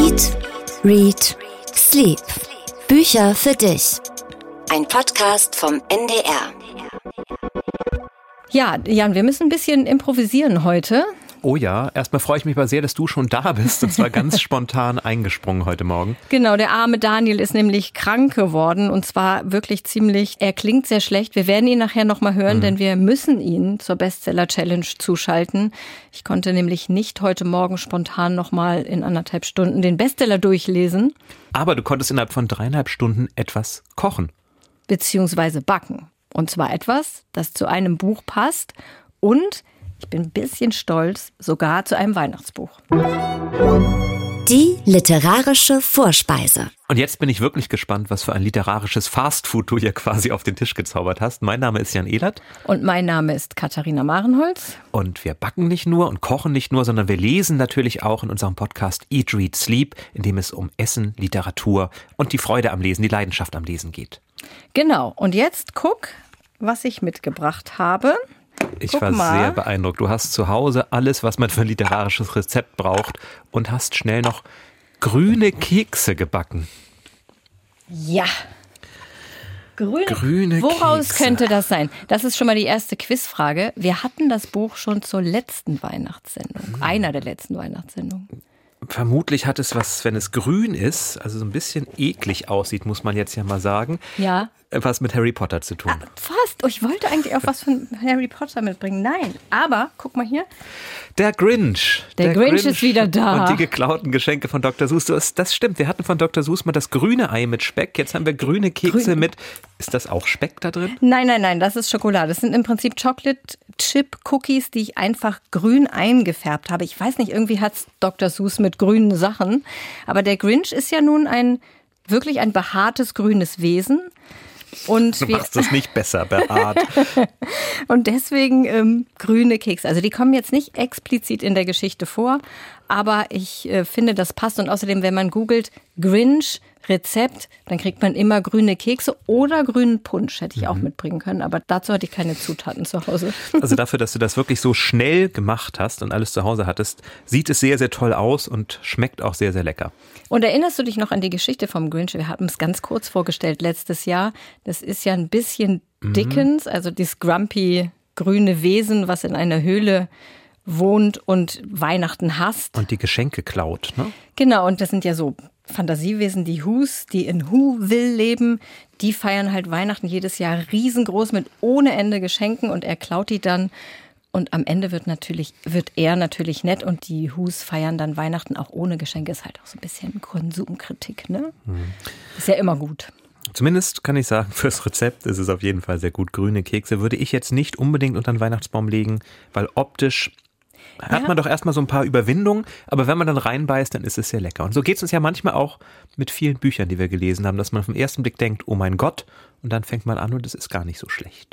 Eat, Read, Sleep. Bücher für dich. Ein Podcast vom NDR. Ja, Jan, wir müssen ein bisschen improvisieren heute. Oh ja, erstmal freue ich mich aber sehr, dass du schon da bist. Und zwar ganz spontan eingesprungen heute Morgen. Genau, der arme Daniel ist nämlich krank geworden und zwar wirklich ziemlich, er klingt sehr schlecht. Wir werden ihn nachher nochmal hören, denn wir müssen ihn zur Bestseller-Challenge zuschalten. Ich konnte nämlich nicht heute Morgen spontan nochmal in 1,5 Stunden den Bestseller durchlesen. Aber du konntest innerhalb von 3,5 Stunden etwas kochen. Beziehungsweise backen. Und zwar etwas, das zu einem Buch passt und ich bin ein bisschen stolz, sogar zu einem Weihnachtsbuch. Die literarische Vorspeise. Und jetzt bin ich wirklich gespannt, was für ein literarisches Fastfood du hier quasi auf den Tisch gezaubert hast. Mein Name ist Jan Ehlert. Und mein Name ist Katharina Marenholz. Und wir backen nicht nur und kochen nicht nur, sondern wir lesen natürlich auch in unserem Podcast Eat, Read, Sleep, in dem es um Essen, Literatur und die Freude am Lesen, die Leidenschaft am Lesen geht. Genau. Und jetzt guck, was ich mitgebracht habe. Ich war sehr beeindruckt. Du hast zu Hause alles, was man für ein literarisches Rezept braucht und hast schnell noch grüne Kekse gebacken. Ja. Grüne Woraus Kekse. Könnte das sein? Das ist schon mal die erste Quizfrage. Wir hatten das Buch schon zur letzten Weihnachtssendung. Einer der letzten Weihnachtssendungen. Vermutlich hat es was, wenn es grün ist, also so ein bisschen eklig aussieht, muss man jetzt ja mal sagen. Ja. Was mit Harry Potter zu tun. Fast. Oh, ich wollte eigentlich auch was von Harry Potter mitbringen. Nein. Aber, guck mal hier. Der Grinch. Der Grinch ist wieder da. Und die geklauten Geschenke von Dr. Seuss. Das stimmt. Wir hatten von Dr. Seuss mal das grüne Ei mit Speck. Jetzt haben wir grüne Kekse mit. Ist das auch Speck da drin? Nein. Das ist Schokolade. Das sind im Prinzip Chocolate Chip Cookies, die ich einfach grün eingefärbt habe. Ich weiß nicht, irgendwie hat es Dr. Seuss mit grünen Sachen. Aber der Grinch ist ja nun wirklich ein behaartes grünes Wesen. Und du machst das nicht besser, behaart. Und deswegen grüne Kekse. Also die kommen jetzt nicht explizit in der Geschichte vor, aber ich finde, das passt. Und außerdem, wenn man googelt Grinch Rezept, dann kriegt man immer grüne Kekse oder grünen Punsch. Hätte ich auch mitbringen können, aber dazu hatte ich keine Zutaten zu Hause. Also dafür, dass du das wirklich so schnell gemacht hast und alles zu Hause hattest, sieht es sehr, sehr toll aus und schmeckt auch sehr, sehr lecker. Und erinnerst du dich noch an die Geschichte vom Grinch? Wir hatten es ganz kurz vorgestellt letztes Jahr. Das ist ja ein bisschen Dickens, also dieses grumpy grüne Wesen, was in einer Höhle wohnt und Weihnachten hasst. Und die Geschenke klaut, ne? Genau, und das sind ja so Fantasiewesen, die Whos, die in Whoville leben, die feiern halt Weihnachten jedes Jahr riesengroß mit ohne Ende Geschenken und er klaut die dann. Und am Ende wird er natürlich nett und die Whos feiern dann Weihnachten auch ohne Geschenke. Ist halt auch so ein bisschen Konsumkritik, ne? Ist ja immer gut. Zumindest kann ich sagen, fürs Rezept ist es auf jeden Fall sehr gut. Grüne Kekse würde ich jetzt nicht unbedingt unter den Weihnachtsbaum legen, weil optisch hat man doch erstmal so ein paar Überwindungen, aber wenn man dann reinbeißt, dann ist es sehr lecker. Und so geht es uns ja manchmal auch mit vielen Büchern, die wir gelesen haben, dass man auf den ersten Blick denkt, oh mein Gott, und dann fängt man an und es ist gar nicht so schlecht.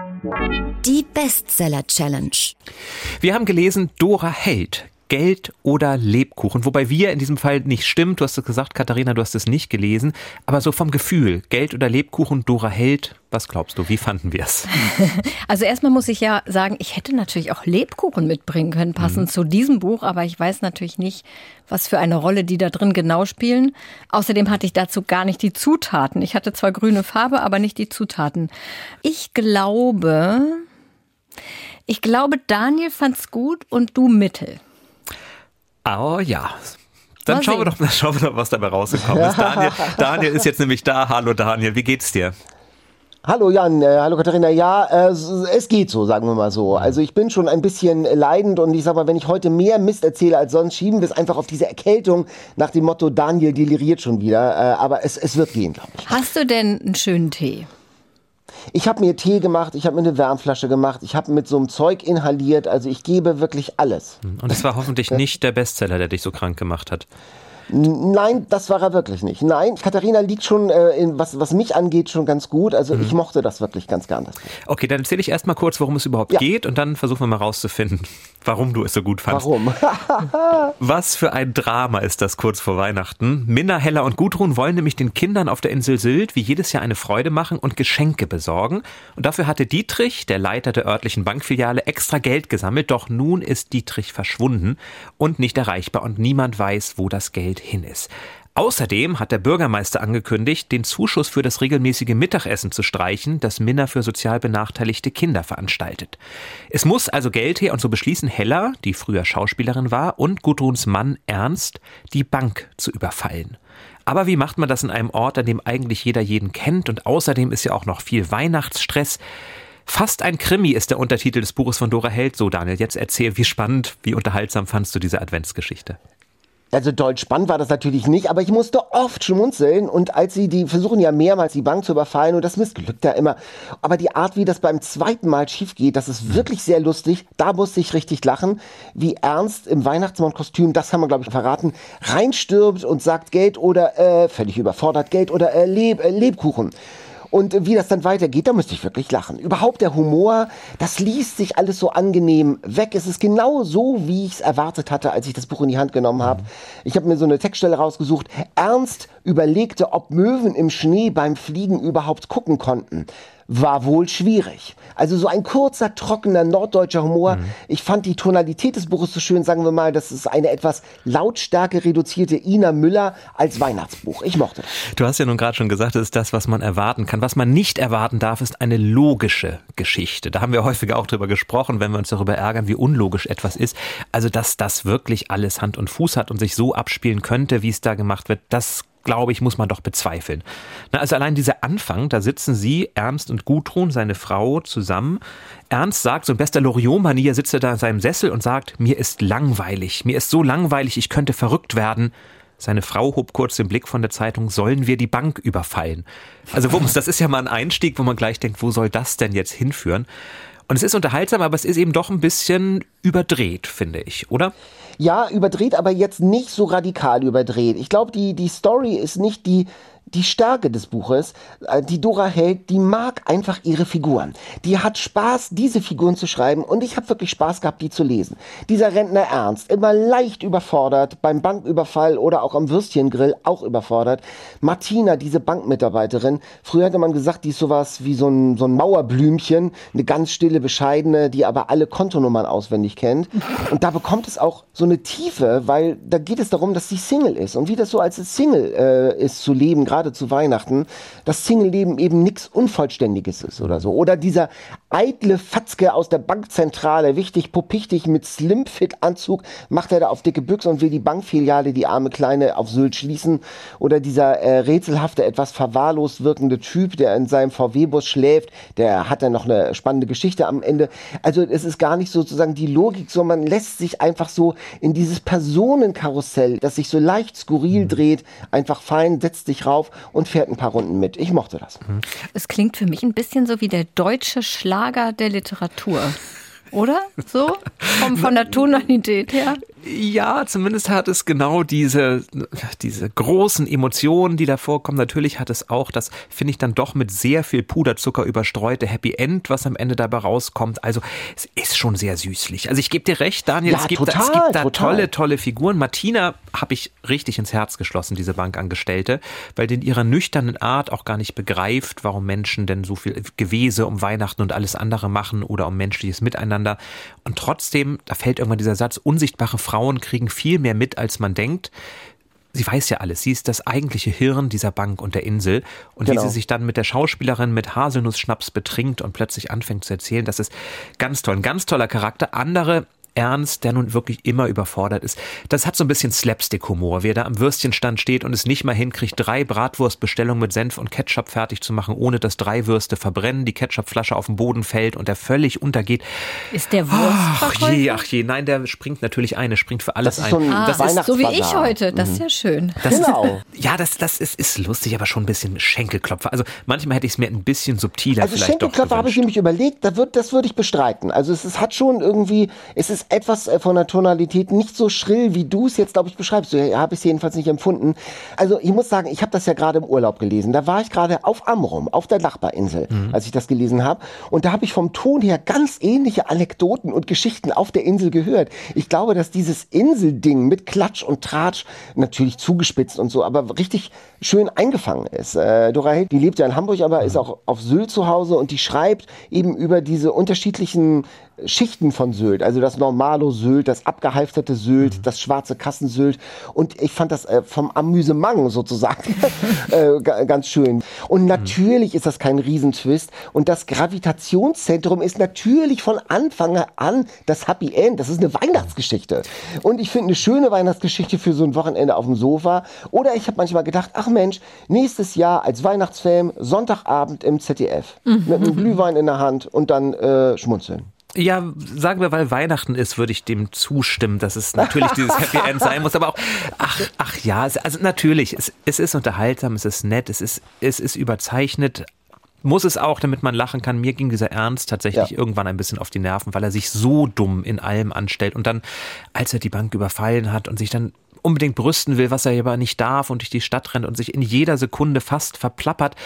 Die Bestseller-Challenge. Wir haben gelesen Dora Held, Geld oder Lebkuchen, wobei wir in diesem Fall nicht stimmt. Du hast es gesagt, Katharina, du hast es nicht gelesen, aber so vom Gefühl, Geld oder Lebkuchen, Dora Held, was glaubst du, wie fanden wir es? Also erstmal muss ich ja sagen, ich hätte natürlich auch Lebkuchen mitbringen können, passend zu diesem Buch, aber ich weiß natürlich nicht, was für eine Rolle die da drin genau spielen. Außerdem hatte ich dazu gar nicht die Zutaten. Ich hatte zwar grüne Farbe, aber nicht die Zutaten. Ich glaube, Daniel fand's gut und du mittel. Oh ja. Dann schauen wir doch, was dabei rausgekommen ist. Daniel ist jetzt nämlich da. Hallo Daniel, wie geht's dir? Hallo Jan, hallo Katharina. Ja, es geht so, sagen wir mal so. Also ich bin schon ein bisschen leidend und ich sag mal, wenn ich heute mehr Mist erzähle als sonst, schieben wir es einfach auf diese Erkältung nach dem Motto, Daniel deliriert schon wieder. Aber es wird gehen, glaube ich. Hast du denn einen schönen Tee? Ich habe mir Tee gemacht, ich habe mir eine Wärmflasche gemacht, ich habe mit so einem Zeug inhaliert, also ich gebe wirklich alles. Und es war hoffentlich nicht der Bestseller, der dich so krank gemacht hat. Nein, das war er wirklich nicht. Nein, Katharina liegt schon, was mich angeht, schon ganz gut. Also ich mochte das wirklich ganz gern. Okay, dann erzähle ich erstmal kurz, worum es überhaupt geht und dann versuchen wir mal rauszufinden, warum du es so gut fandst. Warum? Was für ein Drama ist das kurz vor Weihnachten. Minna, Hella und Gudrun wollen nämlich den Kindern auf der Insel Sylt wie jedes Jahr eine Freude machen und Geschenke besorgen. Und dafür hatte Dietrich, der Leiter der örtlichen Bankfiliale, extra Geld gesammelt. Doch nun ist Dietrich verschwunden und nicht erreichbar und niemand weiß, wo das Geld Geld hin ist. Außerdem hat der Bürgermeister angekündigt, den Zuschuss für das regelmäßige Mittagessen zu streichen, das Minna für sozial benachteiligte Kinder veranstaltet. Es muss also Geld her und so beschließen Hella, die früher Schauspielerin war, und Gudruns Mann Ernst, die Bank zu überfallen. Aber wie macht man das in einem Ort, an dem eigentlich jeder jeden kennt, und außerdem ist ja auch noch viel Weihnachtsstress? Fast ein Krimi ist der Untertitel des Buches von Dora Held. So, Daniel, jetzt erzähl, wie spannend, wie unterhaltsam fandst du diese Adventsgeschichte? Also doll spannend war das natürlich nicht, aber ich musste oft schmunzeln, und als die versuchen ja mehrmals die Bank zu überfallen und das missglückt ja immer. Aber die Art, wie das beim zweiten Mal schief geht, das ist wirklich sehr lustig. Da musste ich richtig lachen, wie Ernst im Weihnachtsmannkostüm, das haben wir glaube ich verraten, reinstirbt und sagt Geld oder völlig überfordert, Geld oder Lebkuchen. Und wie das dann weitergeht, da müsste ich wirklich lachen. Überhaupt der Humor, das liest sich alles so angenehm weg. Es ist genau so, wie ich es erwartet hatte, als ich das Buch in die Hand genommen habe. Ich habe mir so eine Textstelle rausgesucht. Ernst überlegte, ob Möwen im Schnee beim Fliegen überhaupt gucken konnten. War wohl schwierig. Also so ein kurzer, trockener norddeutscher Humor. Ich fand die Tonalität des Buches so schön, sagen wir mal, das ist eine etwas Lautstärke reduzierte Ina Müller als Weihnachtsbuch. Ich mochte das. Du hast ja nun gerade schon gesagt, das ist das, was man erwarten kann. Was man nicht erwarten darf, ist eine logische Geschichte. Da haben wir häufiger auch drüber gesprochen, wenn wir uns darüber ärgern, wie unlogisch etwas ist. Also, dass das wirklich alles Hand und Fuß hat und sich so abspielen könnte, wie es da gemacht wird, das glaube ich, muss man doch bezweifeln. Also allein dieser Anfang, da sitzen sie, Ernst und Gudrun, seine Frau, zusammen. Ernst sagt, so in bester Loriot-Manier sitzt er da in seinem Sessel und sagt, mir ist langweilig, mir ist so langweilig, ich könnte verrückt werden. Seine Frau hob kurz den Blick von der Zeitung, sollen wir die Bank überfallen? Also das ist ja mal ein Einstieg, wo man gleich denkt, wo soll das denn jetzt hinführen? Und es ist unterhaltsam, aber es ist eben doch ein bisschen überdreht, finde ich, oder? Ja, überdreht, aber jetzt nicht so radikal überdreht. Ich glaube, die Story ist nicht die Stärke des Buches. Die Dora Held, die mag einfach ihre Figuren. Die hat Spaß, diese Figuren zu schreiben, und ich habe wirklich Spaß gehabt, die zu lesen. Dieser Rentner Ernst, immer leicht überfordert, beim Banküberfall oder auch am Würstchengrill auch überfordert. Martina, diese Bankmitarbeiterin, früher hätte man gesagt, die ist sowas wie so ein Mauerblümchen, eine ganz stille, bescheidene, die aber alle Kontonummern auswendig kennt. Und da bekommt es auch so eine Tiefe, weil da geht es darum, dass sie Single ist. Und wie das so als Single ist zu leben, gerade zu Weihnachten, dass Single-Leben eben nichts Unvollständiges ist oder so. Oder dieser eitle Fatzke aus der Bankzentrale, wichtig, popichtig, mit Slim-Fit-Anzug, macht er da auf dicke Büchse und will die Bankfiliale, die arme Kleine, auf Sylt schließen. Oder dieser rätselhafte, etwas verwahrlost wirkende Typ, der in seinem VW-Bus schläft, der hat dann noch eine spannende Geschichte am Ende. Also es ist gar nicht sozusagen die Logik, sondern man lässt sich einfach so in dieses Personenkarussell, das sich so leicht skurril dreht, einfach fein, setzt sich rauf und fährt ein paar Runden mit. Ich mochte das. Es klingt für mich ein bisschen so wie der deutsche Schlager der Literatur. Oder? So? Von der Tonalität her? Ja, zumindest hat es genau diese großen Emotionen, die da vorkommen. Natürlich hat es auch das, finde ich, dann doch mit sehr viel Puderzucker überstreute Happy End, was am Ende dabei rauskommt. Also es ist schon sehr süßlich. Also ich gebe dir recht, Daniel, ja, es gibt da tolle Figuren. Martina habe ich richtig ins Herz geschlossen, diese Bankangestellte, weil die in ihrer nüchternen Art auch gar nicht begreift, warum Menschen denn so viel Gewese um Weihnachten und alles andere machen oder um menschliches Miteinander. Und trotzdem, da fällt irgendwann dieser Satz, unsichtbare Frauen kriegen viel mehr mit, als man denkt. Sie weiß ja alles. Sie ist das eigentliche Hirn dieser Bank und der Insel. Und wie sie sich dann mit der Schauspielerin mit Haselnussschnaps betrinkt und plötzlich anfängt zu erzählen, das ist ganz toll. Ein ganz toller Charakter. Andere Ernst, der nun wirklich immer überfordert ist. Das hat so ein bisschen Slapstick-Humor, wie er da am Würstchenstand steht und es nicht mal hinkriegt, 3 Bratwurstbestellungen mit Senf und Ketchup fertig zu machen, ohne dass 3 Würste verbrennen, die Ketchupflasche auf den Boden fällt und er völlig untergeht. Ist der Wurstverkäufer? Ach je, nein, der springt natürlich ein, er springt für alles ein. Das ist so wie ich heute, das ist ja schön. Das ist lustig, aber schon ein bisschen Schenkelklopfer. Also manchmal hätte ich es mir ein bisschen subtiler also vielleicht doch gewünscht. Schenkelklopfer habe ich nämlich überlegt, das würde ich bestreiten. Also es hat schon irgendwie, es ist etwas von der Tonalität nicht so schrill, wie du es jetzt, glaube ich, beschreibst. So habe ich es jedenfalls nicht empfunden. Also ich muss sagen, ich habe das ja gerade im Urlaub gelesen. Da war ich gerade auf Amrum, auf der Nachbarinsel, als ich das gelesen habe. Und da habe ich vom Ton her ganz ähnliche Anekdoten und Geschichten auf der Insel gehört. Ich glaube, dass dieses Inselding mit Klatsch und Tratsch, natürlich zugespitzt und so, aber richtig schön eingefangen ist. Dora Held, die lebt ja in Hamburg, aber ist auch auf Sylt zu Hause und die schreibt eben über diese unterschiedlichen Schichten von Sylt. Also das Normalo-Sylt, das abgehalfterte Sylt, das schwarze Kassensylt. Und ich fand das vom Amüsement sozusagen ganz schön. Und natürlich ist das kein Riesentwist. Und das Gravitationszentrum ist natürlich von Anfang an das Happy End. Das ist eine Weihnachtsgeschichte. Und ich finde eine schöne Weihnachtsgeschichte für so ein Wochenende auf dem Sofa. Oder ich habe manchmal gedacht, ach Mensch, nächstes Jahr als Weihnachtsfilm, Sonntagabend im ZDF. Mit einem Glühwein in der Hand und dann schmunzeln. Ja, sagen wir, weil Weihnachten ist, würde ich dem zustimmen, dass es natürlich dieses Happy End sein muss. Aber auch, ach ja, also natürlich, es ist unterhaltsam, es ist nett, es ist überzeichnet. Muss es auch, damit man lachen kann. Mir ging dieser Ernst tatsächlich irgendwann ein bisschen auf die Nerven, weil er sich so dumm in allem anstellt. Und dann, als er die Bank überfallen hat und sich dann unbedingt brüsten will, was er aber nicht darf und durch die Stadt rennt und sich in jeder Sekunde fast verplappert.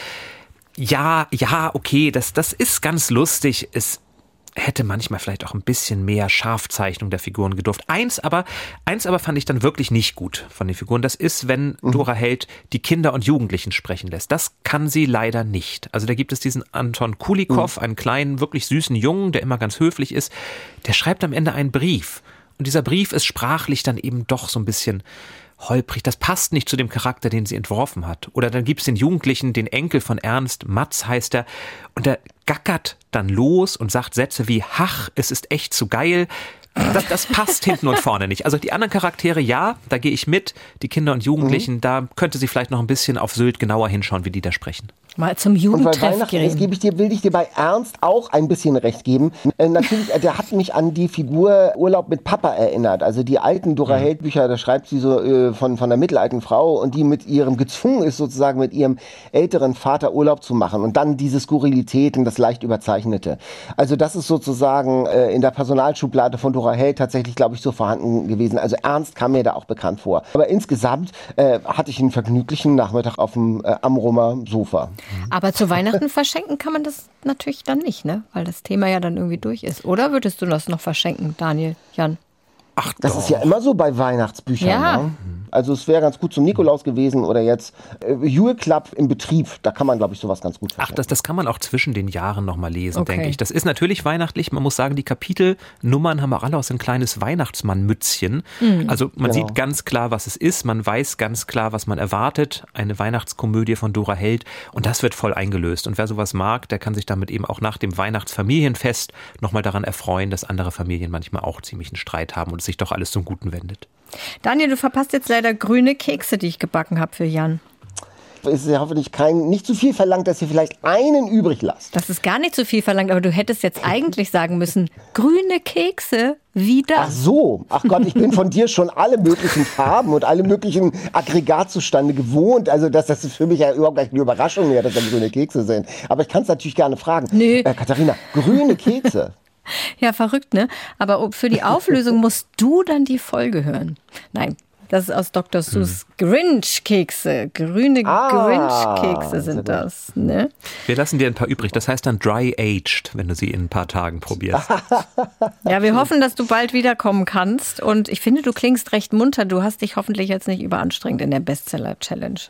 Ja, okay, das ist ganz lustig. Es hätte manchmal vielleicht auch ein bisschen mehr Scharfzeichnung der Figuren gedurft. Eins aber fand ich dann wirklich nicht gut von den Figuren. Das ist, wenn Dora Held die Kinder und Jugendlichen sprechen lässt. Das kann sie leider nicht. Also da gibt es diesen Anton Kulikow, einen kleinen, wirklich süßen Jungen, der immer ganz höflich ist. Der schreibt am Ende einen Brief. Und dieser Brief ist sprachlich dann eben doch so ein bisschen holprig. Das passt nicht zu dem Charakter, den sie entworfen hat. Oder dann gibt es den Jugendlichen, den Enkel von Ernst, Mats heißt er, und der gackert dann los und sagt Sätze wie, ach, es ist echt zu geil. Das passt hinten und vorne nicht. Also die anderen Charaktere, ja, da gehe ich mit. Die Kinder und Jugendlichen, da könnte sie vielleicht noch ein bisschen auf Sylt genauer hinschauen, wie die da sprechen. Mal zum Jugendtreff gehen. Will ich dir bei Ernst auch ein bisschen recht geben. Natürlich, der hat mich an die Figur Urlaub mit Papa erinnert. Also die alten Dora Held Bücher, da schreibt sie so von einer mittelalten Frau und die mit ihrem gezwungen ist, sozusagen mit ihrem älteren Vater Urlaub zu machen. Und dann diese Skurrilität und das leicht Überzeichnete. Also das ist sozusagen in der Personalschublade von Dora Held tatsächlich, glaube ich, so vorhanden gewesen. Also Ernst kam mir da auch bekannt vor. Aber insgesamt hatte ich einen vergnüglichen Nachmittag auf dem Amrumer Sofa. Aber zu Weihnachten verschenken kann man das natürlich dann nicht, ne? Weil das Thema ja dann irgendwie durch ist. Oder würdest du das noch verschenken, Daniel, Jan? Ach, das ist ja immer so bei Weihnachtsbüchern. Ja. Ne? Also es wäre ganz gut zum Nikolaus gewesen oder jetzt Jule Club im Betrieb. Da kann man, glaube ich, sowas ganz gut verschenken. Ach, das kann man auch zwischen den Jahren nochmal lesen, denke ich. Das ist natürlich weihnachtlich. Man muss sagen, die Kapitelnummern haben auch alle auch so ein kleines Weihnachtsmann-Mützchen. Also man sieht ganz klar, was es ist. Man weiß ganz klar, was man erwartet. Eine Weihnachtskomödie von Dora Held. Und das wird voll eingelöst. Und wer sowas mag, der kann sich damit eben auch nach dem Weihnachtsfamilienfest nochmal daran erfreuen, dass andere Familien manchmal auch ziemlich einen Streit haben und es sich doch alles zum Guten wendet. Daniel, du verpasst jetzt leider grüne Kekse, die ich gebacken habe für Jan. Es ist ja hoffentlich nicht zu viel verlangt, dass ihr vielleicht einen übrig lasst. Das ist gar nicht zu viel verlangt, aber du hättest jetzt eigentlich sagen müssen, grüne Kekse, wie das? Ach so, ach Gott, ich bin von dir schon alle möglichen Farben und alle möglichen Aggregatzustände gewohnt. Also das ist für mich ja überhaupt gleich eine Überraschung mehr, dass das grüne Kekse sind. Aber ich kann es natürlich gerne fragen. Nö. Katharina, grüne Kekse. Ja, verrückt, ne? Aber für die Auflösung musst du dann die Folge hören. Nein, das ist aus Dr. Seuss Grinch-Kekse. Grüne Grinch-Kekse sind das, ne? Wir lassen dir ein paar übrig. Das heißt dann dry-aged, wenn du sie in ein paar Tagen probierst. Ja, wir hoffen, dass du bald wiederkommen kannst. Und ich finde, du klingst recht munter. Du hast dich hoffentlich jetzt nicht überanstrengt in der Bestseller-Challenge.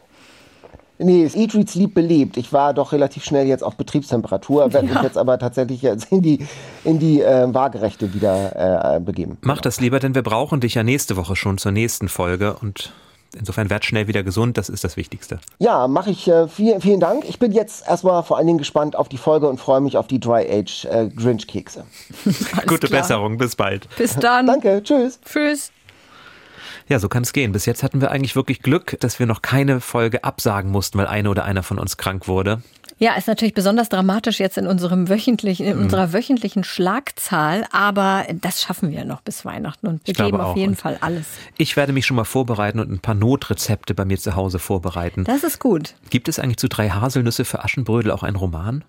Nee, Eat, Read, Sleep belebt. Ich war doch relativ schnell jetzt auf Betriebstemperatur, werde mich jetzt aber tatsächlich jetzt in die Waagerechte wieder begeben. Mach das lieber, denn wir brauchen dich ja nächste Woche schon zur nächsten Folge und insofern werd schnell wieder gesund, das ist das Wichtigste. Ja, mache ich. Vielen Dank. Ich bin jetzt erstmal vor allen Dingen gespannt auf die Folge und freue mich auf die Dry-Age Grinch-Kekse. Gute Besserung, bis bald. Bis dann. Danke, tschüss. Tschüss. Ja, so kann es gehen. Bis jetzt hatten wir eigentlich wirklich Glück, dass wir noch keine Folge absagen mussten, weil eine oder einer von uns krank wurde. Ja, ist natürlich besonders dramatisch jetzt in unserer wöchentlichen Schlagzahl, aber das schaffen wir noch bis Weihnachten und wir geben auf jeden Fall alles. Ich werde mich schon mal vorbereiten und ein paar Notrezepte bei mir zu Hause vorbereiten. Das ist gut. Gibt es eigentlich zu 3 Haselnüsse für Aschenbrödel auch einen Roman?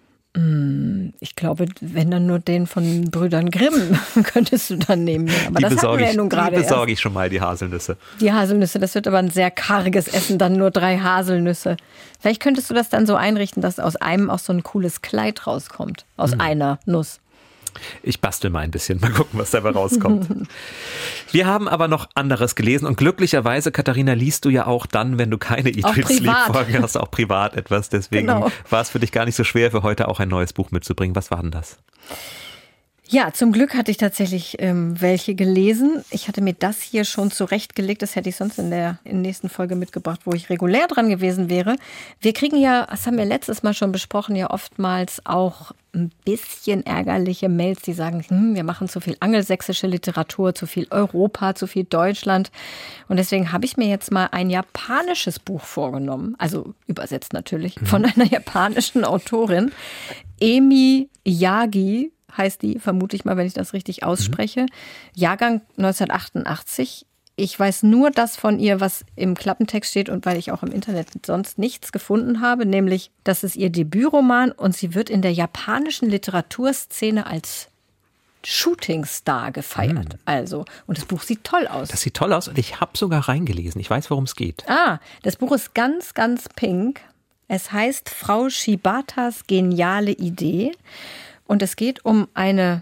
Ich glaube, wenn dann nur den von Brüdern Grimm könntest du dann nehmen. Aber die besorge ich schon mal, die Haselnüsse. Die Haselnüsse, das wird aber ein sehr karges Essen, dann nur 3 Haselnüsse. Vielleicht könntest du das dann so einrichten, dass aus einem auch so ein cooles Kleid rauskommt. Aus einer Nuss. Ich bastel mal ein bisschen, mal gucken, was dabei rauskommt. Wir haben aber noch anderes gelesen und glücklicherweise, Katharina, liest du ja auch dann, wenn du keine Eat, Read, Sleep-Folgen hast, auch privat etwas. Deswegen war es für dich gar nicht so schwer, für heute auch ein neues Buch mitzubringen. Was war denn das? Ja, zum Glück hatte ich tatsächlich welche gelesen. Ich hatte mir das hier schon zurechtgelegt. Das hätte ich sonst in der nächsten Folge mitgebracht, wo ich regulär dran gewesen wäre. Wir kriegen ja, das haben wir letztes Mal schon besprochen, ja oftmals auch ein bisschen ärgerliche Mails, die sagen, wir machen zu viel angelsächsische Literatur, zu viel Europa, zu viel Deutschland. Und deswegen habe ich mir jetzt mal ein japanisches Buch vorgenommen, also übersetzt natürlich, von einer japanischen Autorin, Emi Yagi. Heißt die, vermute ich mal, wenn ich das richtig ausspreche. Jahrgang 1988. Ich weiß nur das von ihr, was im Klappentext steht und weil ich auch im Internet sonst nichts gefunden habe, nämlich, das ist ihr Debütroman und sie wird in der japanischen Literaturszene als Shootingstar gefeiert. Also, und das Buch sieht toll aus. Das sieht toll aus und ich habe sogar reingelesen. Ich weiß, worum es geht. Das Buch ist ganz, ganz pink. Es heißt Frau Shibatas geniale Idee. Und es geht um eine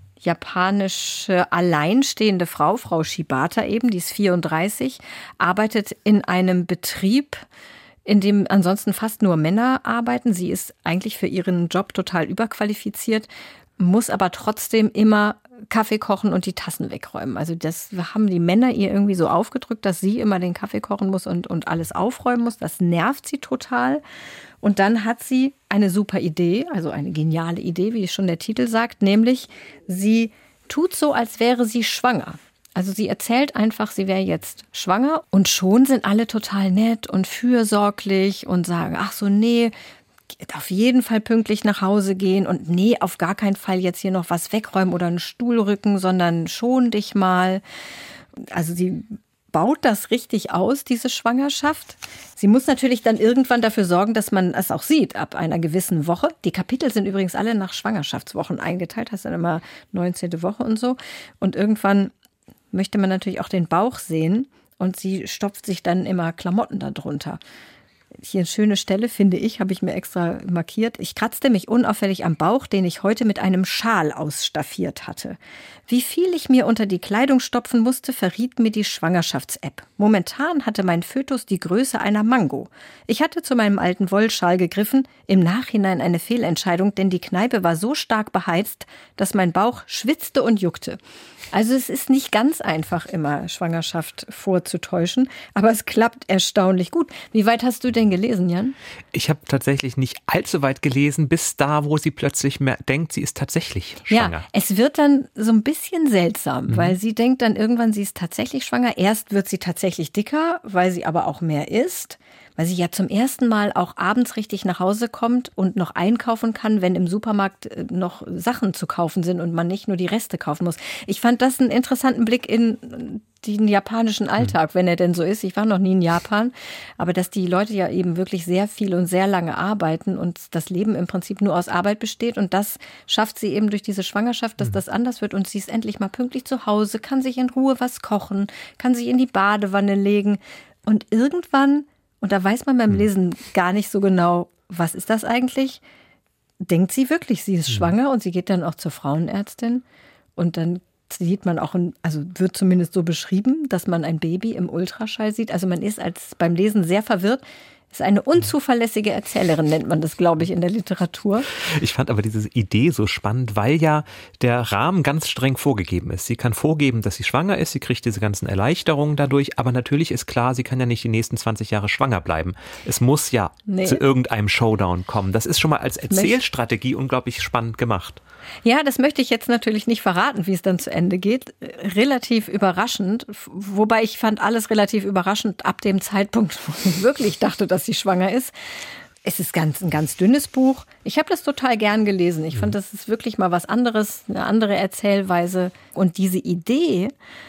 japanische alleinstehende Frau, Frau Shibata eben, die ist 34, arbeitet in einem Betrieb, in dem ansonsten fast nur Männer arbeiten. Sie ist eigentlich für ihren Job total überqualifiziert, muss aber trotzdem immer Kaffee kochen und die Tassen wegräumen. Also das haben die Männer ihr irgendwie so aufgedrückt, dass sie immer den Kaffee kochen muss und alles aufräumen muss. Das nervt sie total. Und dann hat sie eine super Idee, also eine geniale Idee, wie schon der Titel sagt, nämlich sie tut so, als wäre sie schwanger. Also sie erzählt einfach, sie wäre jetzt schwanger und schon sind alle total nett und fürsorglich und sagen, ach so, nee, auf jeden Fall pünktlich nach Hause gehen und nee, auf gar keinen Fall jetzt hier noch was wegräumen oder einen Stuhl rücken, sondern schon dich mal. Also sie baut das richtig aus, diese Schwangerschaft. Sie muss natürlich dann irgendwann dafür sorgen, dass man es auch sieht, ab einer gewissen Woche. Die Kapitel sind übrigens alle nach Schwangerschaftswochen eingeteilt, hast dann immer 19. Woche und so. Und irgendwann möchte man natürlich auch den Bauch sehen und sie stopft sich dann immer Klamotten darunter. Hier eine schöne Stelle, finde ich, habe ich mir extra markiert. Ich kratzte mich unauffällig am Bauch, den ich heute mit einem Schal ausstaffiert hatte. Wie viel ich mir unter die Kleidung stopfen musste, verriet mir die Schwangerschafts-App. Momentan hatte mein Fötus die Größe einer Mango. Ich hatte zu meinem alten Wollschal gegriffen, im Nachhinein eine Fehlentscheidung, denn die Kneipe war so stark beheizt, dass mein Bauch schwitzte und juckte. Also es ist nicht ganz einfach, immer Schwangerschaft vorzutäuschen, aber es klappt erstaunlich gut. Wie weit hast du denn gelesen, Jan? Ich habe tatsächlich nicht allzu weit gelesen, bis da, wo sie plötzlich denkt, sie ist tatsächlich schwanger. Ja, es wird dann so ein bisschen seltsam, weil sie denkt dann irgendwann, sie ist tatsächlich schwanger. Erst wird sie tatsächlich dicker, weil sie aber auch mehr isst. Weil sie ja zum ersten Mal auch abends richtig nach Hause kommt und noch einkaufen kann, wenn im Supermarkt noch Sachen zu kaufen sind und man nicht nur die Reste kaufen muss. Ich fand das einen interessanten Blick in den japanischen Alltag, wenn er denn so ist. Ich war noch nie in Japan, aber dass die Leute ja eben wirklich sehr viel und sehr lange arbeiten und das Leben im Prinzip nur aus Arbeit besteht und das schafft sie eben durch diese Schwangerschaft, dass das anders wird und sie ist endlich mal pünktlich zu Hause, kann sich in Ruhe was kochen, kann sich in die Badewanne legen und irgendwann, und da weiß man beim Lesen gar nicht so genau, was ist das eigentlich, denkt sie wirklich, sie ist schwanger und sie geht dann auch zur Frauenärztin und dann sieht man auch, also wird zumindest so beschrieben, dass man ein Baby im Ultraschall sieht. Also man ist beim Lesen sehr verwirrt. Ist eine unzuverlässige Erzählerin, nennt man das, glaube ich, in der Literatur. Ich fand aber diese Idee so spannend, weil ja der Rahmen ganz streng vorgegeben ist. Sie kann vorgeben, dass sie schwanger ist, sie kriegt diese ganzen Erleichterungen dadurch, aber natürlich ist klar, sie kann ja nicht die nächsten 20 Jahre schwanger bleiben. Es muss ja zu irgendeinem Showdown kommen. Das ist schon mal als Erzählstrategie unglaublich spannend gemacht. Ja, das möchte ich jetzt natürlich nicht verraten, wie es dann zu Ende geht. Relativ überraschend, wobei ich fand alles relativ überraschend ab dem Zeitpunkt, wo ich wirklich dachte, dass sie schwanger ist. Es ist ein ganz dünnes Buch. Ich habe das total gern gelesen. Ich fand, das ist wirklich mal was anderes, eine andere Erzählweise. Und diese Idee,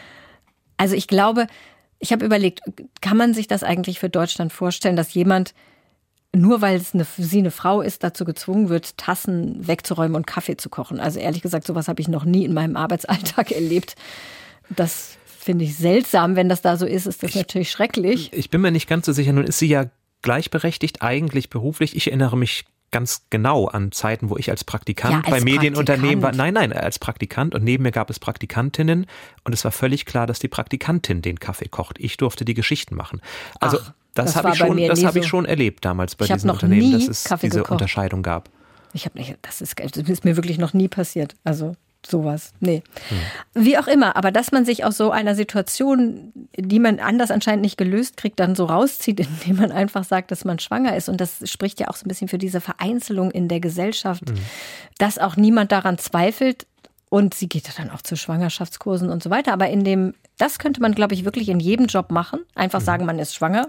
also ich glaube, ich habe überlegt, kann man sich das eigentlich für Deutschland vorstellen, dass jemand, nur weil sie eine Frau ist, dazu gezwungen wird, Tassen wegzuräumen und Kaffee zu kochen. Also ehrlich gesagt, sowas habe ich noch nie in meinem Arbeitsalltag erlebt. Das finde ich seltsam. Wenn das da so ist, ist das natürlich schrecklich. Ich bin mir nicht ganz so sicher. Nun ist sie ja gleichberechtigt, eigentlich beruflich. Ich erinnere mich ganz genau an Zeiten, wo ich als Praktikant bei Medienunternehmen war. Nein, als Praktikant. Und neben mir gab es Praktikantinnen. Und es war völlig klar, dass die Praktikantin den Kaffee kocht. Ich durfte die Geschichten machen. Also das habe ich schon erlebt damals bei diesen Unternehmen, dass es diese Unterscheidung gab. Das ist mir wirklich noch nie passiert. Also sowas. Nee. Wie auch immer, aber dass man sich aus so einer Situation, die man anders anscheinend nicht gelöst kriegt, dann so rauszieht, indem man einfach sagt, dass man schwanger ist. Und das spricht ja auch so ein bisschen für diese Vereinzelung in der Gesellschaft, dass auch niemand daran zweifelt. Und sie geht ja dann auch zu Schwangerschaftskursen und so weiter. Aber das könnte man, glaube ich, wirklich in jedem Job machen. Einfach sagen, man ist schwanger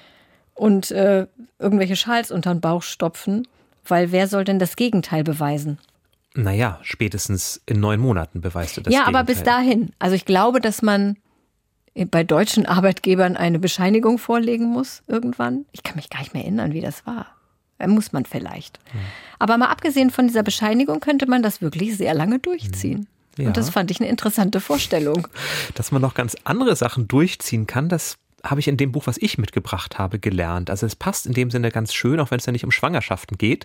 und irgendwelche Schals unter den Bauch stopfen. Weil wer soll denn das Gegenteil beweisen? Naja, spätestens in 9 Monaten beweist du das Gegenteil. Ja, aber bis dahin. Also ich glaube, dass man bei deutschen Arbeitgebern eine Bescheinigung vorlegen muss irgendwann. Ich kann mich gar nicht mehr erinnern, wie das war. Muss man vielleicht. Aber mal abgesehen von dieser Bescheinigung könnte man das wirklich sehr lange durchziehen. Ja. Und das fand ich eine interessante Vorstellung. Dass man noch ganz andere Sachen durchziehen kann, das habe ich in dem Buch, was ich mitgebracht habe, gelernt. Also es passt in dem Sinne ganz schön, auch wenn es ja nicht um Schwangerschaften geht.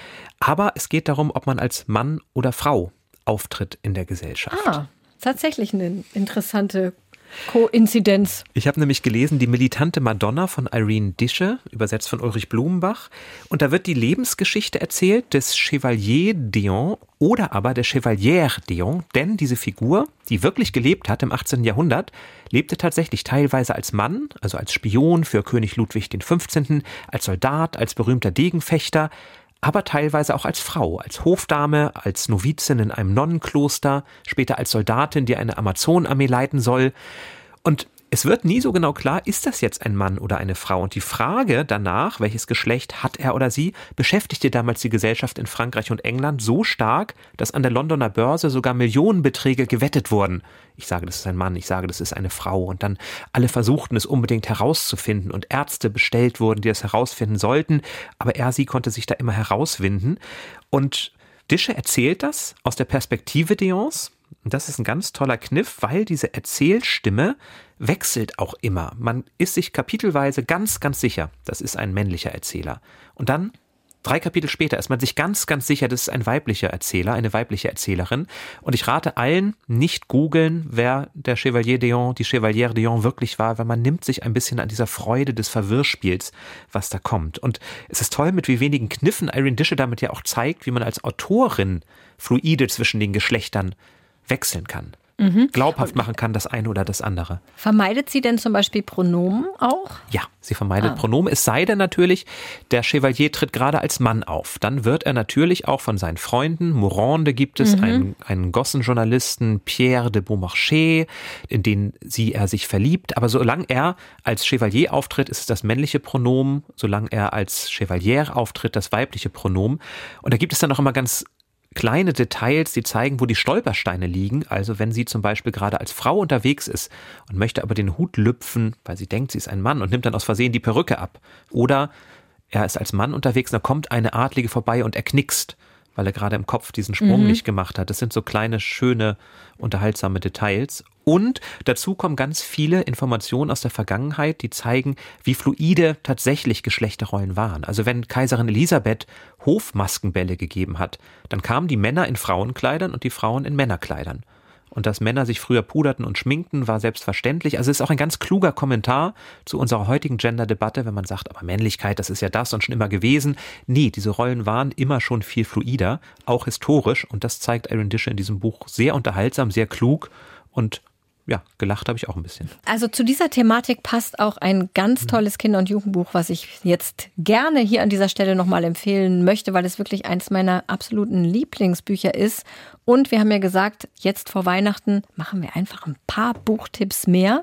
Aber es geht darum, ob man als Mann oder Frau auftritt in der Gesellschaft. Tatsächlich eine interessante Koinzidenz. Ich habe nämlich gelesen, die militante Madonna von Irene Dische, übersetzt von Ulrich Blumenbach. Und da wird die Lebensgeschichte erzählt des Chevalier d'Eon oder aber der Chevalière d'Eon. Denn diese Figur, die wirklich gelebt hat im 18. Jahrhundert, lebte tatsächlich teilweise als Mann, also als Spion für König Ludwig XV., als Soldat, als berühmter Degenfechter, aber teilweise auch als Frau, als Hofdame, als Novizin in einem Nonnenkloster, später als Soldatin, die eine Amazonenarmee leiten soll. Und es wird nie so genau klar, ist das jetzt ein Mann oder eine Frau? Und die Frage danach, welches Geschlecht hat er oder sie, beschäftigte damals die Gesellschaft in Frankreich und England so stark, dass an der Londoner Börse sogar Millionenbeträge gewettet wurden. Ich sage, das ist ein Mann, ich sage, das ist eine Frau. Und dann alle versuchten es unbedingt herauszufinden und Ärzte bestellt wurden, die es herausfinden sollten. Aber sie konnte sich da immer herauswinden. Und Dische erzählt das aus der Perspektive d'Eons. Und das ist ein ganz toller Kniff, weil diese Erzählstimme wechselt auch immer. Man ist sich kapitelweise ganz, ganz sicher, das ist ein männlicher Erzähler. Und dann 3 Kapitel später ist man sich ganz, ganz sicher, das ist ein weiblicher Erzähler, eine weibliche Erzählerin. Und ich rate allen, nicht googeln, wer der Chevalier d'Eon, die Chevalière d'Eon wirklich war, weil man nimmt sich ein bisschen an dieser Freude des Verwirrspiels, was da kommt. Und es ist toll, mit wie wenigen Kniffen Irene Dische damit ja auch zeigt, wie man als Autorin fluide zwischen den Geschlechtern wechseln kann. Glaubhaft machen kann, das eine oder das andere. Vermeidet sie denn zum Beispiel Pronomen auch? Ja, sie vermeidet Pronomen. Es sei denn natürlich, der Chevalier tritt gerade als Mann auf. Dann wird er natürlich auch von seinen Freunden, Morande gibt es, einen Gossenjournalisten, Pierre de Beaumarchais, in den er sich verliebt. Aber solange er als Chevalier auftritt, ist es das männliche Pronomen. Solange er als Chevalière auftritt, das weibliche Pronomen. Und da gibt es dann auch immer ganz kleine Details, die zeigen, wo die Stolpersteine liegen. Also wenn sie zum Beispiel gerade als Frau unterwegs ist und möchte aber den Hut lüpfen, weil sie denkt, sie ist ein Mann und nimmt dann aus Versehen die Perücke ab. Oder er ist als Mann unterwegs und da kommt eine Adlige vorbei und er knickst, weil er gerade im Kopf diesen Sprung nicht gemacht hat. Das sind so kleine, schöne, unterhaltsame Details. Und dazu kommen ganz viele Informationen aus der Vergangenheit, die zeigen, wie fluide tatsächlich Geschlechterrollen waren. Also wenn Kaiserin Elisabeth Hofmaskenbälle gegeben hat, dann kamen die Männer in Frauenkleidern und die Frauen in Männerkleidern. Und dass Männer sich früher puderten und schminkten, war selbstverständlich. Also es ist auch ein ganz kluger Kommentar zu unserer heutigen Gender-Debatte, wenn man sagt, aber Männlichkeit, das ist ja das und schon immer gewesen. Nee, diese Rollen waren immer schon viel fluider, auch historisch. Und das zeigt Irene Dische in diesem Buch sehr unterhaltsam, sehr klug und ja, gelacht habe ich auch ein bisschen. Also zu dieser Thematik passt auch ein ganz tolles Kinder- und Jugendbuch, was ich jetzt gerne hier an dieser Stelle nochmal empfehlen möchte, weil es wirklich eins meiner absoluten Lieblingsbücher ist. Und wir haben ja gesagt, jetzt vor Weihnachten machen wir einfach ein paar Buchtipps mehr.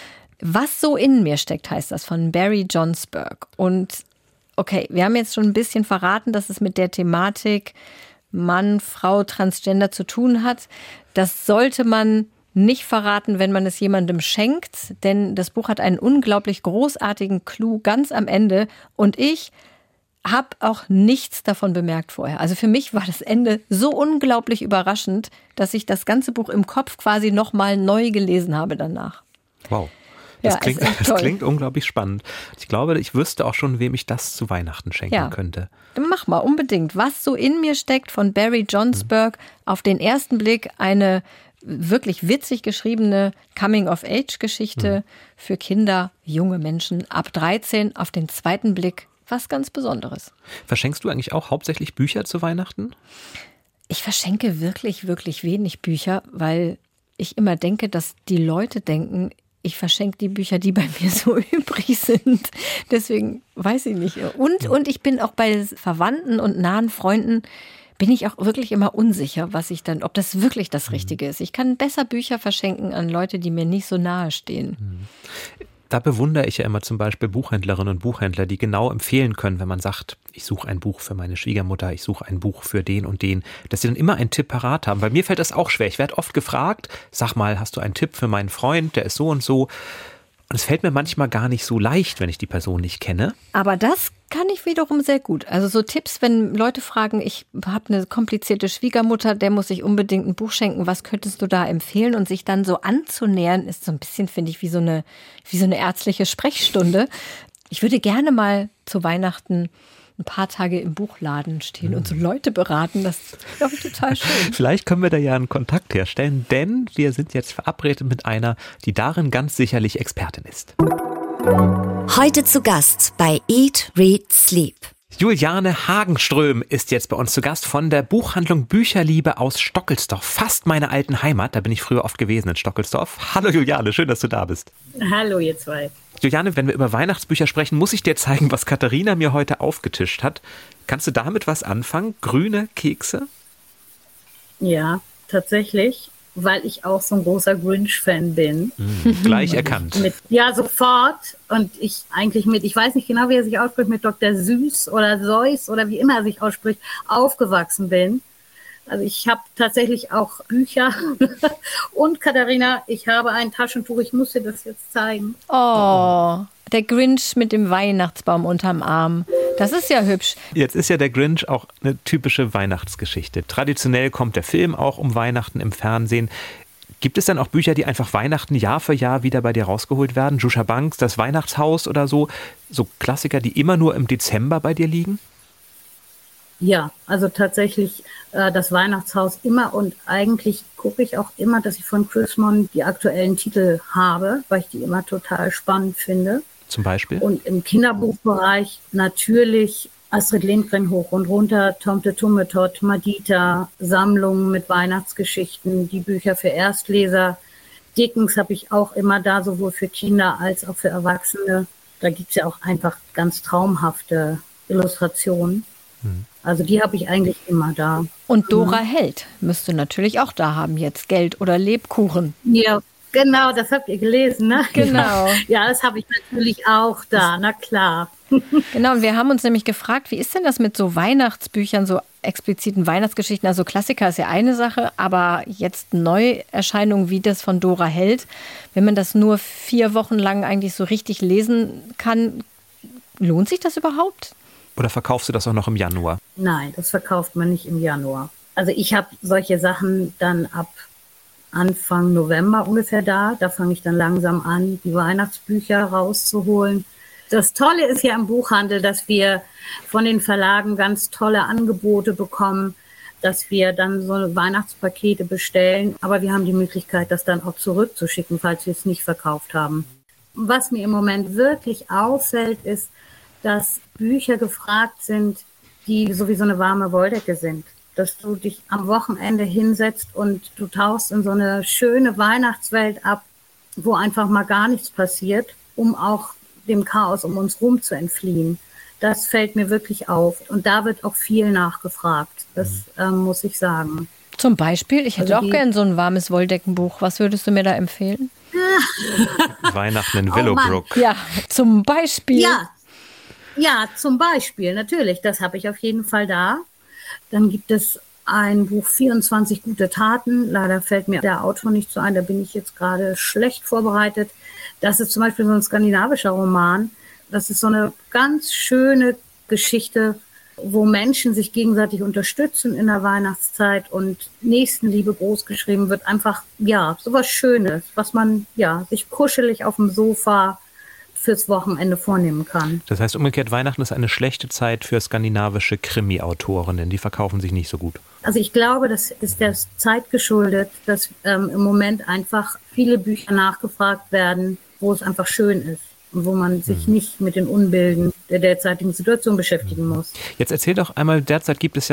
Was so in mir steckt, heißt das, von Barry Johnsburg. Und okay, wir haben jetzt schon ein bisschen verraten, dass es mit der Thematik Mann, Frau, Transgender zu tun hat. Das sollte man nicht verraten, wenn man es jemandem schenkt, denn das Buch hat einen unglaublich großartigen Clou ganz am Ende und ich habe auch nichts davon bemerkt vorher. Also für mich war das Ende so unglaublich überraschend, dass ich das ganze Buch im Kopf quasi nochmal neu gelesen habe danach. Wow. Das klingt unglaublich spannend. Ich glaube, ich wüsste auch schon, wem ich das zu Weihnachten schenken könnte. Mach mal, unbedingt. Was so in mir steckt von Barry Johnsburg. Auf den ersten Blick eine wirklich witzig geschriebene Coming-of-Age-Geschichte für Kinder, junge Menschen ab 13. Auf den zweiten Blick was ganz Besonderes. Verschenkst du eigentlich auch hauptsächlich Bücher zu Weihnachten? Ich verschenke wirklich, wirklich wenig Bücher, weil ich immer denke, dass die Leute denken, ich verschenke die Bücher, die bei mir so übrig sind. Deswegen weiß ich nicht. Und ich bin auch bei Verwandten und nahen Freunden, bin ich auch wirklich immer unsicher, ob das wirklich das Richtige ist. Ich kann besser Bücher verschenken an Leute, die mir nicht so nahe stehen. Da bewundere ich ja immer zum Beispiel Buchhändlerinnen und Buchhändler, die genau empfehlen können, wenn man sagt, ich suche ein Buch für meine Schwiegermutter, ich suche ein Buch für den und den, dass sie dann immer einen Tipp parat haben. Bei mir fällt das auch schwer. Ich werde oft gefragt, sag mal, hast du einen Tipp für meinen Freund, der ist so und so. Und es fällt mir manchmal gar nicht so leicht, wenn ich die Person nicht kenne. Aber das kann ich wiederum sehr gut. Also so Tipps, wenn Leute fragen, ich habe eine komplizierte Schwiegermutter, der muss sich unbedingt ein Buch schenken, was könntest du da empfehlen? Und sich dann so anzunähern, ist so ein bisschen, finde ich, wie so eine ärztliche Sprechstunde. Ich würde gerne mal zu Weihnachten ein paar Tage im Buchladen stehen und so Leute beraten. Das ist, glaube ich, total schön. Vielleicht können wir da ja einen Kontakt herstellen, denn wir sind jetzt verabredet mit einer, die darin ganz sicherlich Expertin ist. Heute zu Gast bei Eat, Read, Sleep. Juliane Hagenström ist jetzt bei uns zu Gast von der Buchhandlung Bücherliebe aus Stockelsdorf. Fast meine alten Heimat, da bin ich früher oft gewesen in Stockelsdorf. Hallo Juliane, schön, dass du da bist. Hallo ihr zwei. Juliane, wenn wir über Weihnachtsbücher sprechen, muss ich dir zeigen, was Katharina mir heute aufgetischt hat. Kannst du damit was anfangen? Grüne Kekse? Ja, tatsächlich, weil ich auch so ein großer Grinch-Fan bin. Gleich erkannt. Ja, sofort. Und ich weiß nicht genau, wie er sich ausspricht, mit Dr. Süß oder Seuss oder wie immer er sich ausspricht, aufgewachsen bin. Also ich habe tatsächlich auch Bücher. Und Katharina, ich habe ein Taschentuch, ich muss dir das jetzt zeigen. Oh, der Grinch mit dem Weihnachtsbaum unterm Arm. Das ist ja hübsch. Jetzt ist ja der Grinch auch eine typische Weihnachtsgeschichte. Traditionell kommt der Film auch um Weihnachten im Fernsehen. Gibt es dann auch Bücher, die einfach Weihnachten Jahr für Jahr wieder bei dir rausgeholt werden? Juscha Banks, Das Weihnachtshaus oder so? So Klassiker, die immer nur im Dezember bei dir liegen? Ja, also tatsächlich das Weihnachtshaus immer, und eigentlich gucke ich auch immer, dass ich von Chris Mon die aktuellen Titel habe, weil ich die immer total spannend finde. Zum Beispiel? Und im Kinderbuchbereich natürlich Astrid Lindgren hoch und runter, Tomte Tummetott, Madita, Sammlungen mit Weihnachtsgeschichten, die Bücher für Erstleser. Dickens habe ich auch immer da, sowohl für Kinder als auch für Erwachsene. Da gibt es ja auch einfach ganz traumhafte Illustrationen. Also die habe ich eigentlich immer da. Und Dora Held müsste natürlich auch da haben jetzt, Geld oder Lebkuchen. Ja, genau, das habt ihr gelesen, ne? Genau. Ja, das habe ich natürlich auch da, na klar. Genau, und wir haben uns nämlich gefragt, wie ist denn das mit so Weihnachtsbüchern, so expliziten Weihnachtsgeschichten? Also Klassiker ist ja eine Sache, aber jetzt Neuerscheinungen wie das von Dora Held, wenn man das nur 4 Wochen lang eigentlich so richtig lesen kann, lohnt sich das überhaupt? Oder verkaufst du das auch noch im Januar? Nein, das verkauft man nicht im Januar. Also ich habe solche Sachen dann ab Anfang November ungefähr da. Da fange ich dann langsam an, die Weihnachtsbücher rauszuholen. Das Tolle ist ja im Buchhandel, dass wir von den Verlagen ganz tolle Angebote bekommen, dass wir dann so Weihnachtspakete bestellen. Aber wir haben die Möglichkeit, das dann auch zurückzuschicken, falls wir es nicht verkauft haben. Was mir im Moment wirklich auffällt, ist, dass Bücher gefragt sind, die sowieso eine warme Wolldecke sind. Dass du dich am Wochenende hinsetzt und du tauchst in so eine schöne Weihnachtswelt ab, wo einfach mal gar nichts passiert, um auch dem Chaos um uns rum zu entfliehen. Das fällt mir wirklich auf. Und da wird auch viel nachgefragt. Das muss ich sagen. Zum Beispiel, ich hätte auch gern so ein warmes Wolldeckenbuch. Was würdest du mir da empfehlen? Weihnachten in Willowbrook. Ja, zum Beispiel. Ja, zum Beispiel, natürlich. Das habe ich auf jeden Fall da. Dann gibt es ein Buch 24 gute Taten. Leider fällt mir der Autor nicht so ein. Da bin ich jetzt gerade schlecht vorbereitet. Das ist zum Beispiel so ein skandinavischer Roman. Das ist so eine ganz schöne Geschichte, wo Menschen sich gegenseitig unterstützen in der Weihnachtszeit und Nächstenliebe groß geschrieben wird. Einfach, ja, sowas Schönes, was man, ja, sich kuschelig auf dem Sofa fürs Wochenende vornehmen kann. Das heißt umgekehrt, Weihnachten ist eine schlechte Zeit für skandinavische Krimi-Autorinnen. Die verkaufen sich nicht so gut. Also ich glaube, das ist der Zeit geschuldet, dass im Moment einfach viele Bücher nachgefragt werden, wo es einfach schön ist und wo man sich nicht mit den Unbilden der derzeitigen Situation beschäftigen muss. Jetzt erzähl doch einmal, derzeit gibt es ja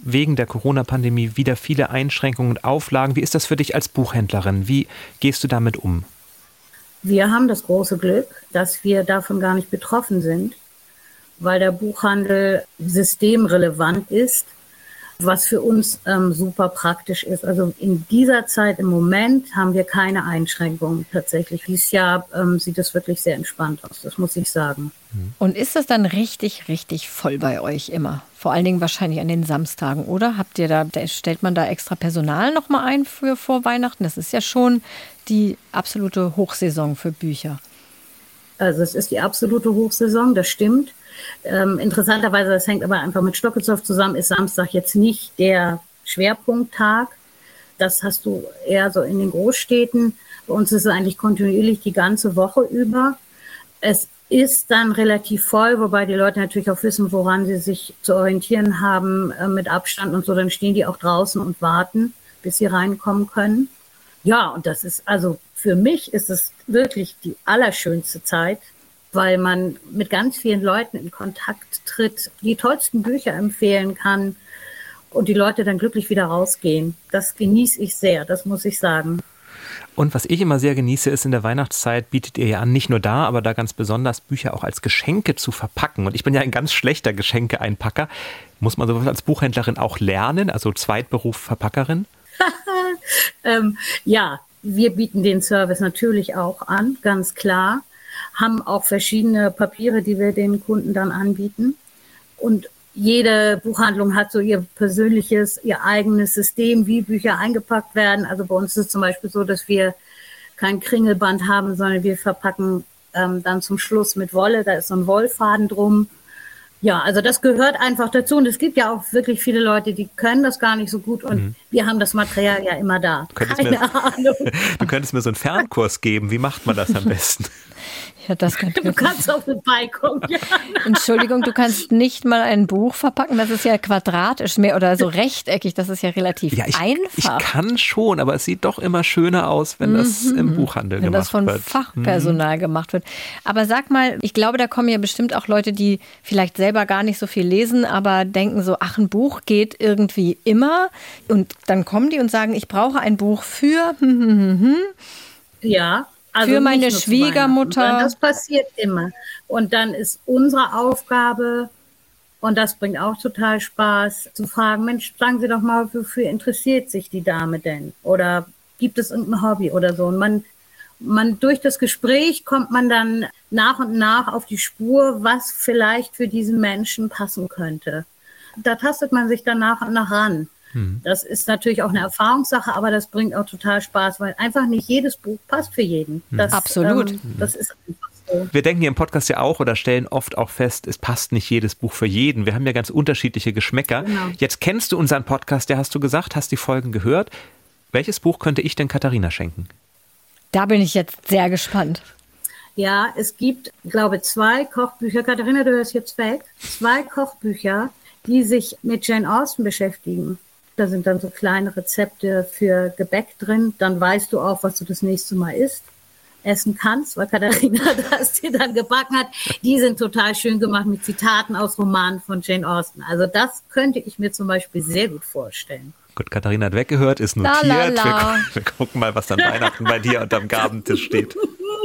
wegen der Corona-Pandemie wieder viele Einschränkungen und Auflagen. Wie ist das für dich als Buchhändlerin? Wie gehst du damit um? Wir haben das große Glück, dass wir davon gar nicht betroffen sind, weil der Buchhandel systemrelevant ist, was für uns super praktisch ist. Also in dieser Zeit im Moment haben wir keine Einschränkungen tatsächlich. Dieses Jahr sieht es wirklich sehr entspannt aus, das muss ich sagen. Und ist das dann richtig, richtig voll bei euch immer? Vor allen Dingen wahrscheinlich an den Samstagen, oder? Stellt man da extra Personal nochmal ein für vor Weihnachten? Das ist ja schon die absolute Hochsaison für Bücher. Also es ist die absolute Hochsaison, das stimmt. Interessanterweise, das hängt aber einfach mit Stockezow zusammen, ist Samstag jetzt nicht der Schwerpunkttag. Das hast du eher so in den Großstädten. Bei uns ist es eigentlich kontinuierlich die ganze Woche über. Es ist dann relativ voll, wobei die Leute natürlich auch wissen, woran sie sich zu orientieren haben mit Abstand und so. Dann stehen die auch draußen und warten, bis sie reinkommen können. Ja, und das ist, also für mich ist es wirklich die allerschönste Zeit, weil man mit ganz vielen Leuten in Kontakt tritt, die tollsten Bücher empfehlen kann und die Leute dann glücklich wieder rausgehen. Das genieße ich sehr, das muss ich sagen. Und was ich immer sehr genieße, ist in der Weihnachtszeit, bietet ihr ja an, nicht nur da, aber da ganz besonders Bücher auch als Geschenke zu verpacken. Und ich bin ja ein ganz schlechter Geschenkeeinpacker. Muss man sowas als Buchhändlerin auch lernen, also Zweitberuf Verpackerin? Ja, wir bieten den Service natürlich auch an, ganz klar. Haben auch verschiedene Papiere, die wir den Kunden dann anbieten. Und jede Buchhandlung hat so ihr persönliches, ihr eigenes System, wie Bücher eingepackt werden. Also bei uns ist es zum Beispiel so, dass wir kein Kringelband haben, sondern wir verpacken dann zum Schluss mit Wolle. Da ist so ein Wollfaden drum. Ja, also das gehört einfach dazu. Und es gibt ja auch wirklich viele Leute, die können das gar nicht so gut. Und wir haben das Material ja immer da. Keine Ahnung. Du könntest mir so einen Fernkurs geben. Wie macht man das am besten? Ja, das könnte du kannst auch vorbeikommen. Ja. Entschuldigung, du kannst nicht mal ein Buch verpacken. Das ist ja quadratisch mehr oder so rechteckig. Das ist ja relativ einfach. Ich kann schon, aber es sieht doch immer schöner aus, wenn das im Buchhandel gemacht wird. Wenn das von Fachpersonal gemacht wird. Aber sag mal, ich glaube, da kommen ja bestimmt auch Leute, die vielleicht selber gar nicht so viel lesen, aber denken so, ach, ein Buch geht irgendwie immer. Und dann kommen die und sagen, ich brauche ein Buch für Ja. Also für meine Schwiegermutter. Das passiert immer. Und dann ist unsere Aufgabe, und das bringt auch total Spaß, zu fragen, Mensch, sagen Sie doch mal, wofür interessiert sich die Dame denn? Oder gibt es irgendein Hobby oder so? Und man durch das Gespräch kommt man dann nach und nach auf die Spur, was vielleicht für diesen Menschen passen könnte. Da tastet man sich dann nach und nach ran. Das ist natürlich auch eine Erfahrungssache, aber das bringt auch total Spaß, weil einfach nicht jedes Buch passt für jeden. Absolut. Das ist einfach so. Wir denken hier im Podcast ja auch oder stellen oft auch fest, es passt nicht jedes Buch für jeden. Wir haben ja ganz unterschiedliche Geschmäcker. Genau. Jetzt kennst du unseren Podcast, ja, hast du gesagt, hast die Folgen gehört. Welches Buch könnte ich denn Katharina schenken? Da bin ich jetzt sehr gespannt. Ja, es gibt, glaube ich, 2 Kochbücher. Katharina, du hörst jetzt weg. 2 Kochbücher, die sich mit Jane Austen beschäftigen. Da sind dann so kleine Rezepte für Gebäck drin. Dann weißt du auch, was du das nächste Mal essen kannst, weil Katharina das dir dann gebacken hat. Die sind total schön gemacht mit Zitaten aus Romanen von Jane Austen. Also das könnte ich mir zum Beispiel sehr gut vorstellen. Gut, Katharina hat weggehört, ist notiert. La. Wir gucken mal, was dann Weihnachten bei dir unterm Gabentisch steht.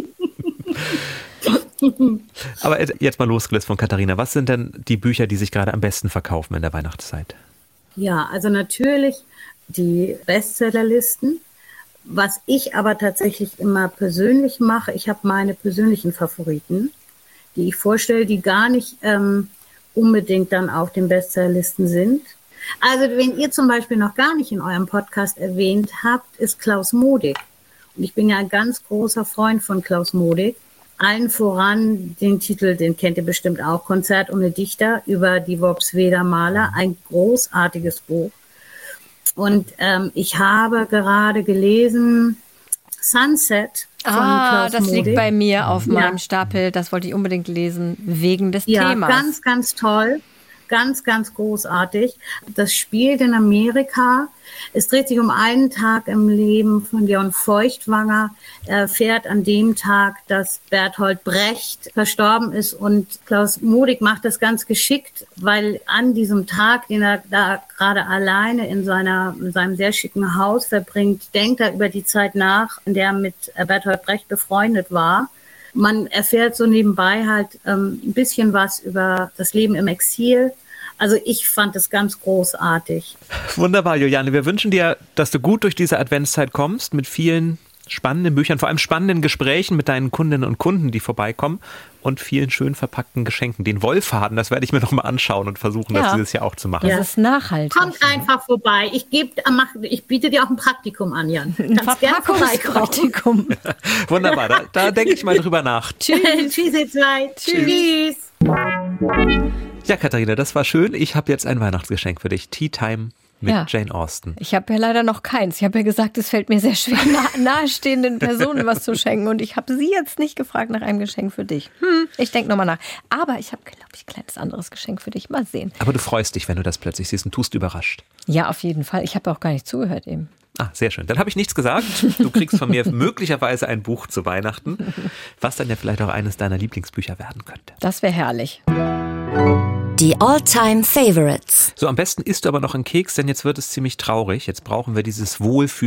Aber jetzt mal losgelöst von Katharina. Was sind denn die Bücher, die sich gerade am besten verkaufen in der Weihnachtszeit? Ja, also natürlich die Bestsellerlisten. Was ich aber tatsächlich immer persönlich mache, ich habe meine persönlichen Favoriten, die ich vorstelle, die gar nicht unbedingt dann auf den Bestsellerlisten sind. Also wenn ihr zum Beispiel noch gar nicht in eurem Podcast erwähnt habt, ist Klaus Modig. Und ich bin ja ein ganz großer Freund von Klaus Modig. Allen voran den Titel, den kennt ihr bestimmt auch, Konzert ohne Dichter über die Worpsweder Maler, ein großartiges Buch. Und ich habe gerade gelesen Sunset von Klaus das Modig. liegt bei mir auf meinem Stapel, das wollte ich unbedingt lesen, wegen des Themas. Ja, ganz, ganz toll. ganz, ganz großartig. Das spielt in Amerika. Es dreht sich um einen Tag im Leben von Leon Feuchtwanger. Er erfährt an dem Tag, dass Bertolt Brecht verstorben ist, und Klaus Modig macht das ganz geschickt, weil an diesem Tag, den er da gerade alleine in seinem sehr schicken Haus verbringt, denkt er über die Zeit nach, in der er mit Bertolt Brecht befreundet war. Man erfährt so nebenbei halt ein bisschen was über das Leben im Exil. Also ich fand es ganz großartig. Wunderbar, Juliane. Wir wünschen dir, dass du gut durch diese Adventszeit kommst, mit vielen spannenden Büchern, vor allem spannenden Gesprächen mit deinen Kundinnen und Kunden, die vorbeikommen, und vielen schön verpackten Geschenken. Den Wollfaden, das werde ich mir noch mal anschauen und versuchen, das dieses Jahr auch zu machen. Das ist nachhaltig. Kommt einfach vorbei. Ich biete dir auch ein Praktikum an, Jan. Ein Verpackungspraktikum. Wunderbar, da denke ich mal drüber nach. Tschüss. Tschüss, ihr zwei. Tschüss. Ja, Katharina, das war schön. Ich habe jetzt ein Weihnachtsgeschenk für dich. Tea Time mit Jane Austen. Ich habe ja leider noch keins. Ich habe ja gesagt, es fällt mir sehr schwer, nahestehenden Personen was zu schenken. Und ich habe sie jetzt nicht gefragt nach einem Geschenk für dich. Ich denke nochmal nach. Aber ich habe, glaube ich, ein kleines anderes Geschenk für dich. Mal sehen. Aber du freust dich, wenn du das plötzlich siehst und tust überrascht. Ja, auf jeden Fall. Ich habe auch gar nicht zugehört eben. Ah, sehr schön. Dann habe ich nichts gesagt. Du kriegst von mir möglicherweise ein Buch zu Weihnachten, was dann ja vielleicht auch eines deiner Lieblingsbücher werden könnte. Das wäre herrlich. Die All-Time-Favorites. So, am besten isst du aber noch einen Keks, denn jetzt wird es ziemlich traurig. Jetzt brauchen wir dieses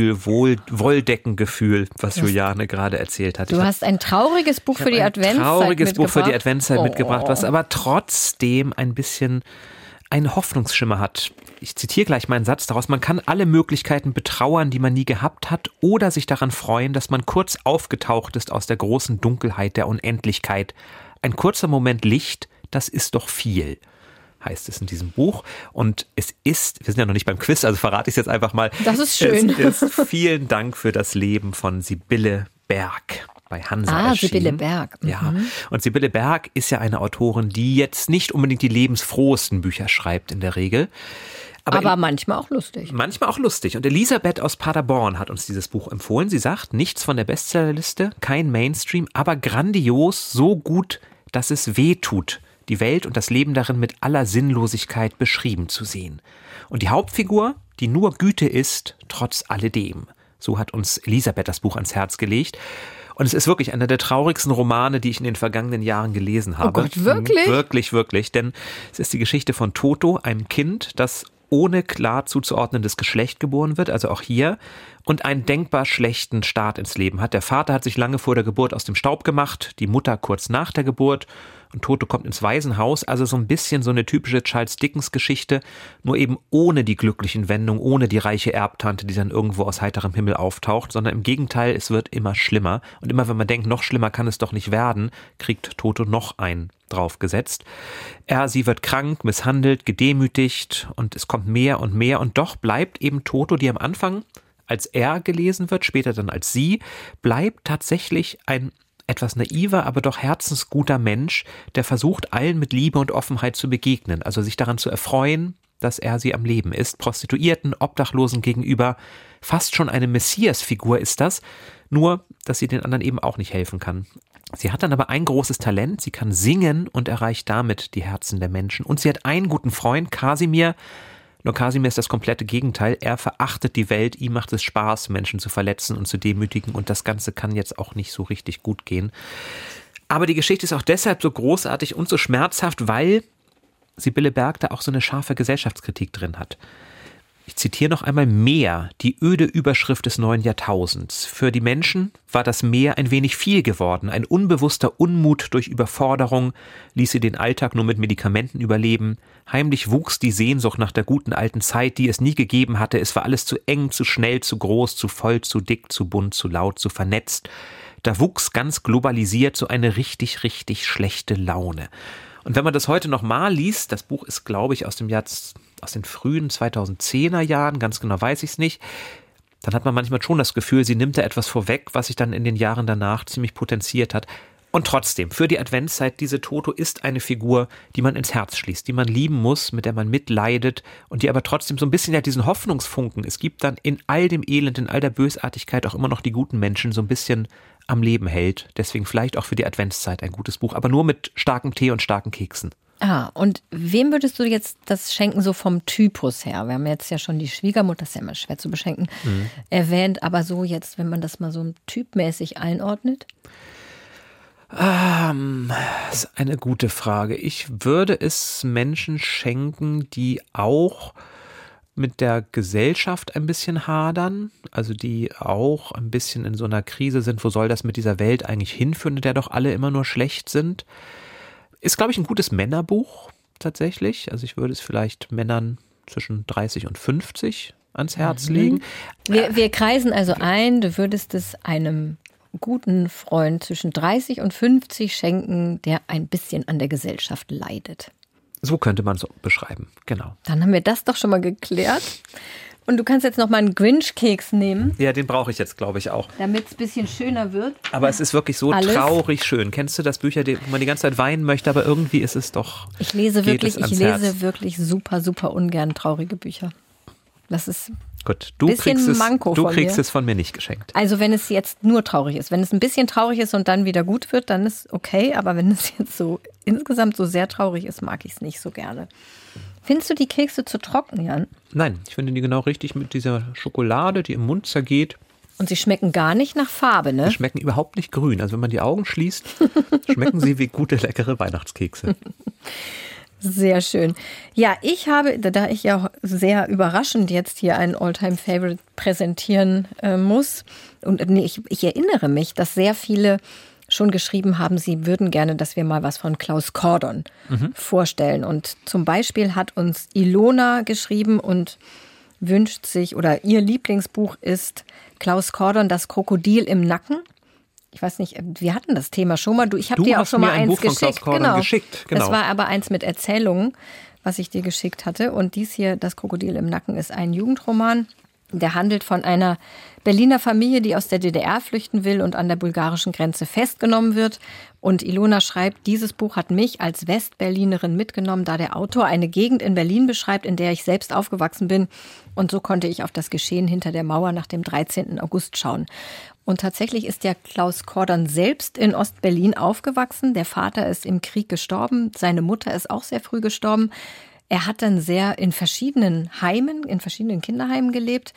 Wolldeckengefühl, was Juliane gerade erzählt hat. Du hast ein trauriges Buch für die Adventszeit mitgebracht. Ein trauriges Buch für die Adventszeit mitgebracht, was aber trotzdem ein bisschen einen Hoffnungsschimmer hat. Ich zitiere gleich meinen Satz daraus. Man kann alle Möglichkeiten betrauern, die man nie gehabt hat, oder sich daran freuen, dass man kurz aufgetaucht ist aus der großen Dunkelheit der Unendlichkeit. Ein kurzer Moment Licht, das ist doch viel, heißt es in diesem Buch. Und es ist, wir sind ja noch nicht beim Quiz, also verrate ich es jetzt einfach mal. Das ist schön. Es ist Vielen Dank für das Leben von Sibylle Berg. Bei Hansa erschienen. Sibylle Berg. Ja, und Sibylle Berg ist ja eine Autorin, die jetzt nicht unbedingt die lebensfrohesten Bücher schreibt in der Regel. Aber manchmal auch lustig. Manchmal auch lustig. Und Elisabeth aus Paderborn hat uns dieses Buch empfohlen. Sie sagt, nichts von der Bestsellerliste, kein Mainstream, aber grandios, so gut, dass es weh tut, die Welt und das Leben darin mit aller Sinnlosigkeit beschrieben zu sehen. Und die Hauptfigur, die nur Güte ist, trotz alledem. So hat uns Elisabeth das Buch ans Herz gelegt. Und es ist wirklich einer der traurigsten Romane, die ich in den vergangenen Jahren gelesen habe. Oh Gott, wirklich? Wirklich, wirklich. Denn es ist die Geschichte von Toto, einem Kind, das ohne klar zuzuordnendes Geschlecht geboren wird, also auch hier, und einen denkbar schlechten Start ins Leben hat. Der Vater hat sich lange vor der Geburt aus dem Staub gemacht, die Mutter kurz nach der Geburt, und Toto kommt ins Waisenhaus, also so ein bisschen so eine typische Charles Dickens-Geschichte, nur eben ohne die glücklichen Wendungen, ohne die reiche Erbtante, die dann irgendwo aus heiterem Himmel auftaucht, sondern im Gegenteil, es wird immer schlimmer. Und immer wenn man denkt, noch schlimmer kann es doch nicht werden, kriegt Toto noch einen draufgesetzt. Sie wird krank, misshandelt, gedemütigt, und es kommt mehr, und doch bleibt eben Toto, die am Anfang als er gelesen wird, später dann als sie, bleibt tatsächlich ein etwas naiver, aber doch herzensguter Mensch, der versucht, allen mit Liebe und Offenheit zu begegnen, also sich daran zu erfreuen, dass er sie am Leben ist. Prostituierten, Obdachlosen gegenüber, fast schon eine Messias-Figur ist das, nur, dass sie den anderen eben auch nicht helfen kann. Sie hat dann aber ein großes Talent, sie kann singen und erreicht damit die Herzen der Menschen. Und sie hat einen guten Freund, Kasimir. Nur Kasimir ist das komplette Gegenteil. Er verachtet die Welt, ihm macht es Spaß, Menschen zu verletzen und zu demütigen, und das Ganze kann jetzt auch nicht so richtig gut gehen. Aber die Geschichte ist auch deshalb so großartig und so schmerzhaft, weil Sibylle Berg da auch so eine scharfe Gesellschaftskritik drin hat. Ich zitiere noch einmal: Meer, die öde Überschrift des neuen Jahrtausends. Für die Menschen war das Meer ein wenig viel geworden. Ein unbewusster Unmut durch Überforderung ließ sie den Alltag nur mit Medikamenten überleben. Heimlich wuchs die Sehnsucht nach der guten alten Zeit, die es nie gegeben hatte. Es war alles zu eng, zu schnell, zu groß, zu voll, zu dick, zu bunt, zu laut, zu vernetzt. Da wuchs ganz globalisiert so eine richtig, richtig schlechte Laune. Und wenn man das heute nochmal liest, das Buch ist, glaube ich, aus den frühen 2010er Jahren, ganz genau weiß ich es nicht, dann hat man manchmal schon das Gefühl, sie nimmt da etwas vorweg, was sich dann in den Jahren danach ziemlich potenziert hat. Und trotzdem, für die Adventszeit, diese Toto ist eine Figur, die man ins Herz schließt, die man lieben muss, mit der man mitleidet und die aber trotzdem so ein bisschen ja diesen Hoffnungsfunken, es gibt dann in all dem Elend, in all der Bösartigkeit auch immer noch die guten Menschen, so ein bisschen am Leben hält. Deswegen vielleicht auch für die Adventszeit ein gutes Buch, aber nur mit starkem Tee und starken Keksen. Und wem würdest du jetzt das schenken, so vom Typus her? Wir haben jetzt ja schon die Schwiegermutter, das ist ja immer schwer zu beschenken, erwähnt, aber so jetzt, wenn man das mal so typmäßig einordnet? Das ist eine gute Frage. Ich würde es Menschen schenken, die auch mit der Gesellschaft ein bisschen hadern, also die auch ein bisschen in so einer Krise sind, wo soll das mit dieser Welt eigentlich hinführen, in der doch alle immer nur schlecht sind. Ist, glaube ich, ein gutes Männerbuch tatsächlich. Also ich würde es vielleicht Männern zwischen 30 und 50 ans Herz legen. Wir kreisen also ein, du würdest es einem guten Freund zwischen 30 und 50 schenken, der ein bisschen an der Gesellschaft leidet. So könnte man es beschreiben, genau. Dann haben wir das doch schon mal geklärt. Und du kannst jetzt noch mal einen Grinch-Keks nehmen. Ja, den brauche ich jetzt, glaube ich, auch. Damit es ein bisschen schöner wird. Aber es ist wirklich so traurig schön. Kennst du das Bücher, wo man die ganze Zeit weinen möchte, aber irgendwie ist es doch. Ich lese wirklich super, super ungern traurige Bücher. Das ist gut. Du kriegst es von mir nicht geschenkt. Also wenn es jetzt nur traurig ist. Wenn es ein bisschen traurig ist und dann wieder gut wird, dann ist okay. Aber wenn es jetzt so insgesamt so sehr traurig ist, mag ich es nicht so gerne. Findest du die Kekse zu trocken, Jan? Nein, ich finde die genau richtig mit dieser Schokolade, die im Mund zergeht. Und sie schmecken gar nicht nach Farbe, ne? Sie schmecken überhaupt nicht grün. Also wenn man die Augen schließt, schmecken sie wie gute, leckere Weihnachtskekse. Sehr schön. Ja, ich habe, da ich ja sehr überraschend jetzt hier einen All-Time-Favorite präsentieren muss, und ich erinnere mich, dass sehr viele schon geschrieben haben, sie würden gerne, dass wir mal was von Klaus Kordon vorstellen. Und zum Beispiel hat uns Ilona geschrieben und wünscht sich, oder ihr Lieblingsbuch ist Klaus Kordon, Das Krokodil im Nacken. Ich weiß nicht, wir hatten das Thema schon mal. Ich habe dir auch schon mal eins geschickt. Genau. Das war aber eins mit Erzählungen, was ich dir geschickt hatte. Und dies hier, Das Krokodil im Nacken, ist ein Jugendroman. Der handelt von einer Berliner Familie, die aus der DDR flüchten will und an der bulgarischen Grenze festgenommen wird. Und Ilona schreibt, dieses Buch hat mich als Westberlinerin mitgenommen, da der Autor eine Gegend in Berlin beschreibt, in der ich selbst aufgewachsen bin. Und so konnte ich auf das Geschehen hinter der Mauer nach dem 13. August schauen. Und tatsächlich ist der Klaus Kordon selbst in Ostberlin aufgewachsen. Der Vater ist im Krieg gestorben, seine Mutter ist auch sehr früh gestorben. Er hat dann in verschiedenen Kinderheimen gelebt,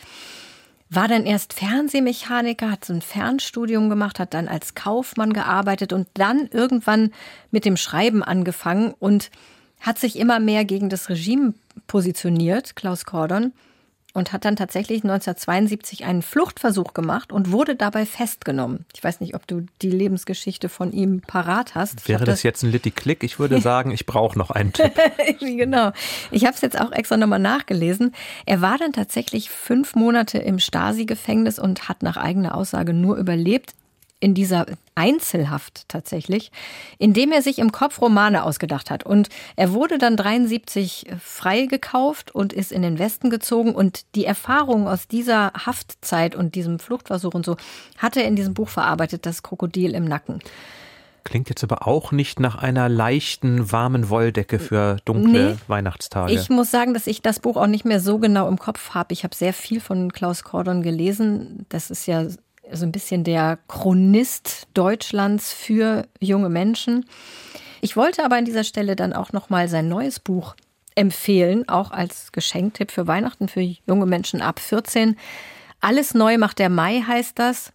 war dann erst Fernsehmechaniker, hat so ein Fernstudium gemacht, hat dann als Kaufmann gearbeitet und dann irgendwann mit dem Schreiben angefangen und hat sich immer mehr gegen das Regime positioniert, Klaus Kordon, und hat dann tatsächlich 1972 einen Fluchtversuch gemacht und wurde dabei festgenommen. Ich weiß nicht, ob du die Lebensgeschichte von ihm parat hast. Wäre das jetzt ein Litti-Klick? Ich würde sagen, ich brauche noch einen Tipp. Genau. Ich habe es jetzt auch extra nochmal nachgelesen. Er war dann tatsächlich 5 Monate im Stasi-Gefängnis und hat nach eigener Aussage nur überlebt, in dieser Einzelhaft tatsächlich, indem er sich im Kopf Romane ausgedacht hat. Und er wurde dann 1973 freigekauft und ist in den Westen gezogen. Und die Erfahrungen aus dieser Haftzeit und diesem Fluchtversuch und so hat er in diesem Buch verarbeitet, Das Krokodil im Nacken. Klingt jetzt aber auch nicht nach einer leichten, warmen Wolldecke für dunkle Weihnachtstage. Ich muss sagen, dass ich das Buch auch nicht mehr so genau im Kopf habe. Ich habe sehr viel von Klaus Kordon gelesen. Das ist ja so ein bisschen der Chronist Deutschlands für junge Menschen. Ich wollte aber an dieser Stelle dann auch noch mal sein neues Buch empfehlen, auch als Geschenktipp für Weihnachten für junge Menschen ab 14. Alles neu macht der Mai heißt das.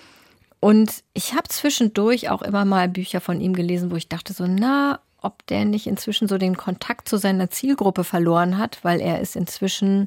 Und ich habe zwischendurch auch immer mal Bücher von ihm gelesen, wo ich dachte so, ob der nicht inzwischen so den Kontakt zu seiner Zielgruppe verloren hat, weil er ist inzwischen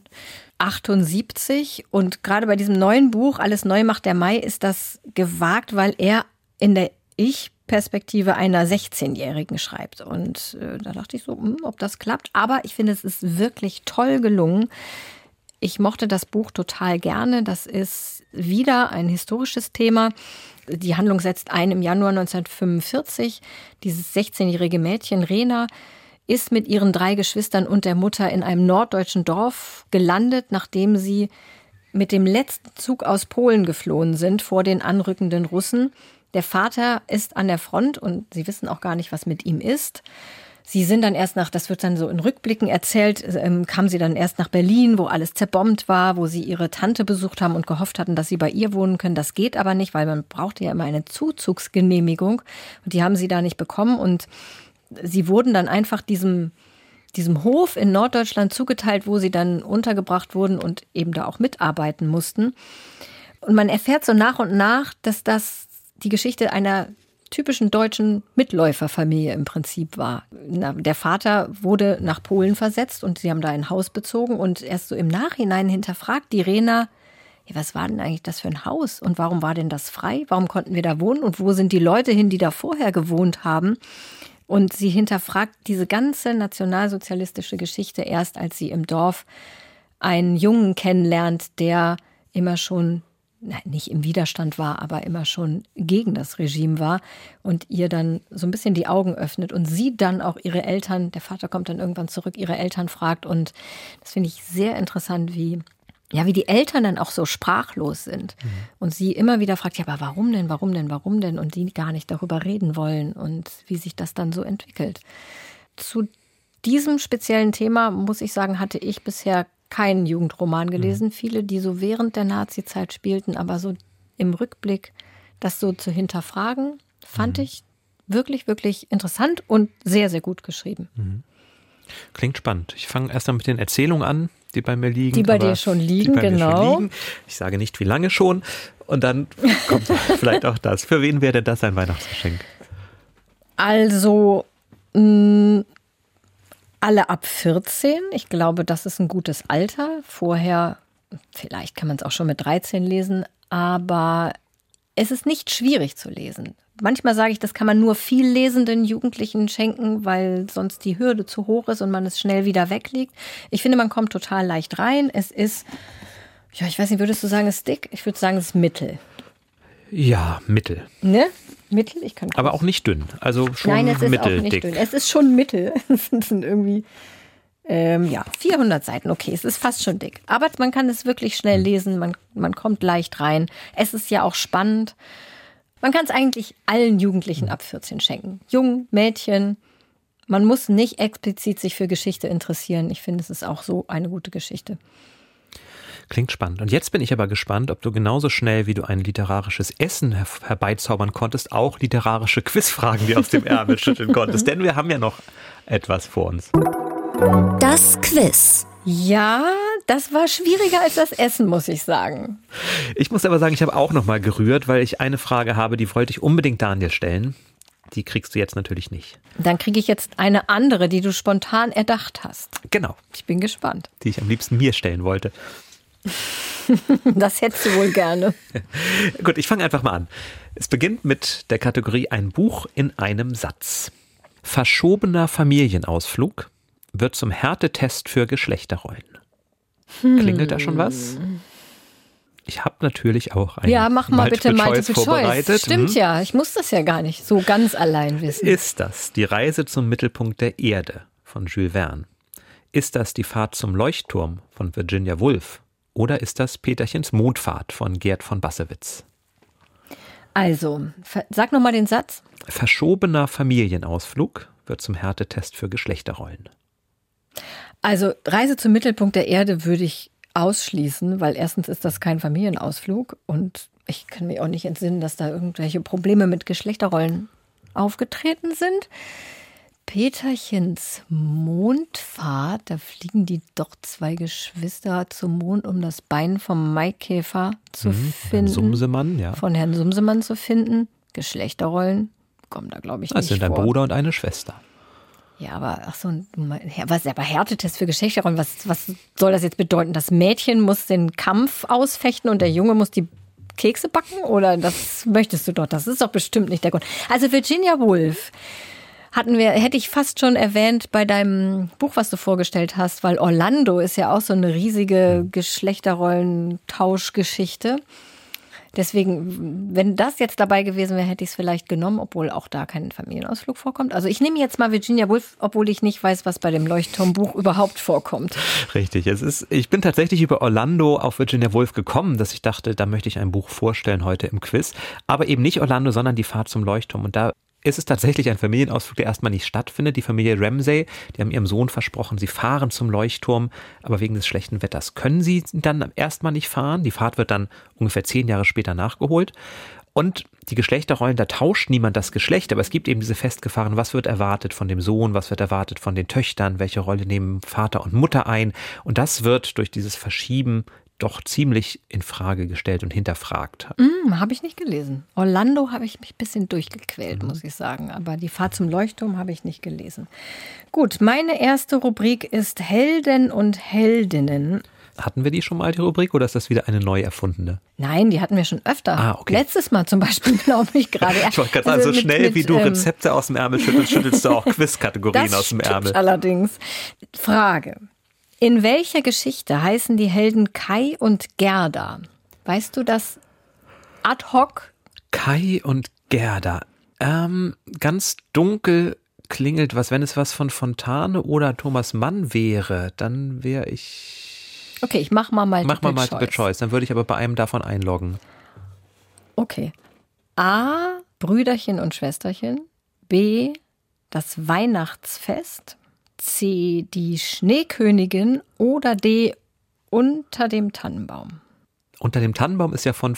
78 und gerade bei diesem neuen Buch, Alles neu macht der Mai, ist das gewagt, weil er in der Ich-Perspektive einer 16-Jährigen schreibt. Und da dachte ich so, ob das klappt. Aber ich finde, es ist wirklich toll gelungen. Ich mochte das Buch total gerne. Das ist wieder ein historisches Thema. Die Handlung setzt ein im Januar 1945. Dieses 16-jährige Mädchen, Rena, ist mit ihren 3 Geschwistern und der Mutter in einem norddeutschen Dorf gelandet, nachdem sie mit dem letzten Zug aus Polen geflohen sind vor den anrückenden Russen. Der Vater ist an der Front und sie wissen auch gar nicht, was mit ihm ist. Sie sind dann erst das wird dann so in Rückblicken erzählt, kamen sie dann erst nach Berlin, wo alles zerbombt war, wo sie ihre Tante besucht haben und gehofft hatten, dass sie bei ihr wohnen können. Das geht aber nicht, weil man brauchte ja immer eine Zuzugsgenehmigung und die haben sie da nicht bekommen und sie wurden dann einfach diesem Hof in Norddeutschland zugeteilt, wo sie dann untergebracht wurden und eben da auch mitarbeiten mussten. Und man erfährt so nach und nach, dass das die Geschichte einer typischen deutschen Mitläuferfamilie im Prinzip war. Der Vater wurde nach Polen versetzt und sie haben da ein Haus bezogen und erst so im Nachhinein hinterfragt die Rena, ja, was war denn eigentlich das für ein Haus und warum war denn das frei? Warum konnten wir da wohnen und wo sind die Leute hin, die da vorher gewohnt haben? Und sie hinterfragt diese ganze nationalsozialistische Geschichte erst, als sie im Dorf einen Jungen kennenlernt, der immer schon nicht im Widerstand war, aber immer schon gegen das Regime war und ihr dann so ein bisschen die Augen öffnet und sie dann auch ihre Eltern, der Vater kommt dann irgendwann zurück, ihre Eltern fragt und das finde ich sehr interessant, wie die Eltern dann auch so sprachlos sind und sie immer wieder fragt, ja, aber warum denn und die gar nicht darüber reden wollen und wie sich das dann so entwickelt. Zu diesem speziellen Thema, muss ich sagen, hatte ich bisher keinen Jugendroman gelesen. Viele, die so während der Nazi-Zeit spielten, aber so im Rückblick das so zu hinterfragen, fand ich wirklich, wirklich interessant und sehr, sehr gut geschrieben. Klingt spannend. Ich fange erst mal mit den Erzählungen an, die bei mir liegen. Die bei dir schon liegen, genau. Ich sage nicht, wie lange schon. Und dann kommt vielleicht auch das. Für wen wäre denn das ein Weihnachtsgeschenk? Also, alle ab 14. Ich glaube, das ist ein gutes Alter. Vorher, vielleicht kann man es auch schon mit 13 lesen, aber es ist nicht schwierig zu lesen. Manchmal sage ich, das kann man nur viel lesenden Jugendlichen schenken, weil sonst die Hürde zu hoch ist und man es schnell wieder weglegt. Ich finde, man kommt total leicht rein. Es ist, ja, ich weiß nicht, würdest du sagen, es ist dick? Ich würde sagen, es ist mittel. Ja, mittel. Ne? Mittel? Ich kann aber auch nicht dünn. Also schon Nein, es ist mitteldick. Auch nicht dünn. Es ist schon mittel. Es sind irgendwie 400 Seiten. Okay, es ist fast schon dick. Aber man kann es wirklich schnell lesen. Man kommt leicht rein. Es ist ja auch spannend. Man kann es eigentlich allen Jugendlichen ab 14 schenken. Jungen, Mädchen. Man muss nicht explizit sich für Geschichte interessieren. Ich finde, es ist auch so eine gute Geschichte. Klingt spannend. Und jetzt bin ich aber gespannt, ob du genauso schnell, wie du ein literarisches Essen herbeizaubern konntest, auch literarische Quizfragen dir aus dem Ärmel schütteln konntest. Denn wir haben ja noch etwas vor uns. Das Quiz. Ja, das war schwieriger als das Essen, muss ich sagen. Ich muss aber sagen, ich habe auch noch mal gerührt, weil ich eine Frage habe, die wollte ich unbedingt Daniel stellen. Die kriegst du jetzt natürlich nicht. Dann kriege ich jetzt eine andere, die du spontan erdacht hast. Genau. Ich bin gespannt. Die ich am liebsten mir stellen wollte. Das hättest du wohl gerne. Gut, ich fange einfach mal an. Es beginnt mit der Kategorie ein Buch in einem Satz. Verschobener Familienausflug wird zum Härtetest für Geschlechterrollen. Klingelt da schon was? Ich habe natürlich auch eine Ja, mach mal bitte Multiple vorbereitet. Choice. Stimmt ja, ich muss das ja gar nicht so ganz allein wissen. Ist das die Reise zum Mittelpunkt der Erde von Jules Verne? Ist das die Fahrt zum Leuchtturm von Virginia Woolf? Oder ist das Peterchens Mondfahrt von Gerd von Bassewitz? Also, sag nochmal den Satz. Verschobener Familienausflug wird zum Härtetest für Geschlechterrollen. Also, Reise zum Mittelpunkt der Erde würde ich ausschließen, weil erstens ist das kein Familienausflug und ich kann mir auch nicht entsinnen, dass da irgendwelche Probleme mit Geschlechterrollen aufgetreten sind. Peterchens Mondfahrt, da fliegen die doch zwei Geschwister zum Mond, um das Bein vom Maikäfer zu finden. Sumsemann, ja. Von Herrn Sumsemann zu finden. Geschlechterrollen kommen da, glaube ich, nicht vor. Das sind ein Bruder und eine Schwester. Ja, aber aber Härtetest für Geschlechterrollen, was soll das jetzt bedeuten? Das Mädchen muss den Kampf ausfechten und der Junge muss die Kekse backen? Oder das möchtest du doch? Das ist doch bestimmt nicht der Grund. Also Virginia Woolf hätte ich fast schon erwähnt bei deinem Buch, was du vorgestellt hast, weil Orlando ist ja auch so eine riesige Geschlechterrollentauschgeschichte. Deswegen, wenn das jetzt dabei gewesen wäre, hätte ich es vielleicht genommen, obwohl auch da kein Familienausflug vorkommt. Also ich nehme jetzt mal Virginia Woolf, obwohl ich nicht weiß, was bei dem Leuchtturmbuch überhaupt vorkommt. Richtig, ich bin tatsächlich über Orlando auf Virginia Woolf gekommen, dass ich dachte, da möchte ich ein Buch vorstellen heute im Quiz. Aber eben nicht Orlando, sondern die Fahrt zum Leuchtturm. Und da ist es tatsächlich ein Familienausflug, der erstmal nicht stattfindet. Die Familie Ramsay, die haben ihrem Sohn versprochen, sie fahren zum Leuchtturm, aber wegen des schlechten Wetters können sie dann erstmal nicht fahren. Die Fahrt wird dann ungefähr 10 Jahre später nachgeholt. Und die Geschlechterrollen, da tauscht niemand das Geschlecht, aber es gibt eben diese festgefahren, was wird erwartet von dem Sohn, was wird erwartet von den Töchtern, welche Rolle nehmen Vater und Mutter ein. Und das wird durch dieses Verschieben doch ziemlich in Frage gestellt und hinterfragt. Habe ich nicht gelesen. Orlando habe ich mich ein bisschen durchgequält, muss ich sagen. Aber die Fahrt zum Leuchtturm habe ich nicht gelesen. Gut, meine erste Rubrik ist Helden und Heldinnen. Hatten wir die schon mal, die Rubrik, oder ist das wieder eine neu erfundene? Nein, die hatten wir schon öfter. Okay. Letztes Mal zum Beispiel, glaube ich, gerade. Ich wollte gerade sagen, so schnell wie du Rezepte aus dem Ärmel schüttelst, schüttelst du auch Quiz-Kategorien aus dem Ärmel. Allerdings. Frage. In welcher Geschichte heißen die Helden Kai und Gerda? Weißt du das ad hoc? Kai und Gerda. Ganz dunkel klingelt was. Wenn es was von Fontane oder Thomas Mann wäre, dann wäre ich... Okay, ich mach mal Multiple Choice. Dann würde ich aber bei einem davon einloggen. Okay. A, Brüderchen und Schwesterchen. B, das Weihnachtsfest. C, die Schneekönigin. Oder D, unter dem Tannenbaum. Unter dem Tannenbaum ist ja von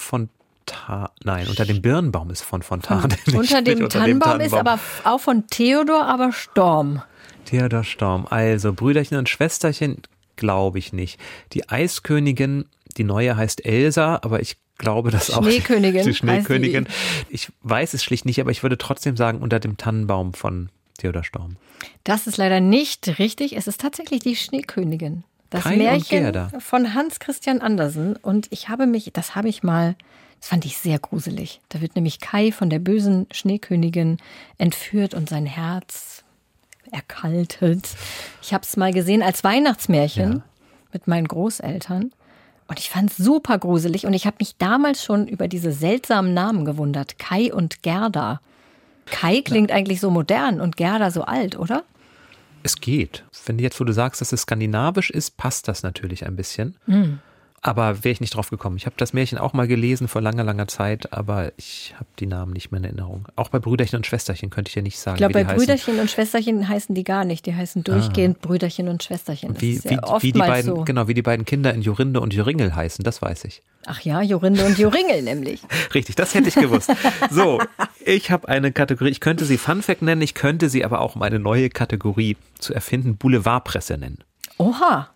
Nein, unter dem Birnbaum ist von Fontane. Unter dem Tannenbaum ist aber auch von Theodor, aber Storm. Theodor Storm. Also Brüderchen und Schwesterchen glaube ich nicht. Die Eiskönigin, die neue heißt Elsa, aber ich glaube, dass auch die Schneekönigin. Ich weiß es schlicht nicht, aber ich würde trotzdem sagen, unter dem Tannenbaum von Theodor Storm. Das ist leider nicht richtig. Es ist tatsächlich die Schneekönigin. Das Kai Märchen von Hans Christian Andersen. Und das fand ich sehr gruselig. Da wird nämlich Kai von der bösen Schneekönigin entführt und sein Herz erkaltet. Ich habe es mal gesehen als Weihnachtsmärchen mit meinen Großeltern. Und ich fand es super gruselig. Und ich habe mich damals schon über diese seltsamen Namen gewundert. Kai und Gerda. Kai klingt eigentlich so modern und Gerda so alt, oder? Es geht. Wenn jetzt, wo du sagst, dass es skandinavisch ist, passt das natürlich ein bisschen. Aber wäre ich nicht drauf gekommen. Ich habe das Märchen auch mal gelesen vor langer, langer Zeit, aber ich habe die Namen nicht mehr in Erinnerung. Auch bei Brüderchen und Schwesterchen könnte ich ja nicht sagen, ich glaube, wie die bei heißen. Brüderchen und Schwesterchen heißen die gar nicht. Die heißen durchgehend Brüderchen und Schwesterchen. Das ist ja oftmals wie die beiden, so. Genau, wie die beiden Kinder in Jorinde und Joringel heißen, das weiß ich. Ach ja, Jorinde und Joringel nämlich. Richtig, das hätte ich gewusst. So, ich habe eine Kategorie, ich könnte sie Fun Fact nennen, ich könnte sie aber auch, um eine neue Kategorie zu erfinden, Boulevardpresse nennen. Oha.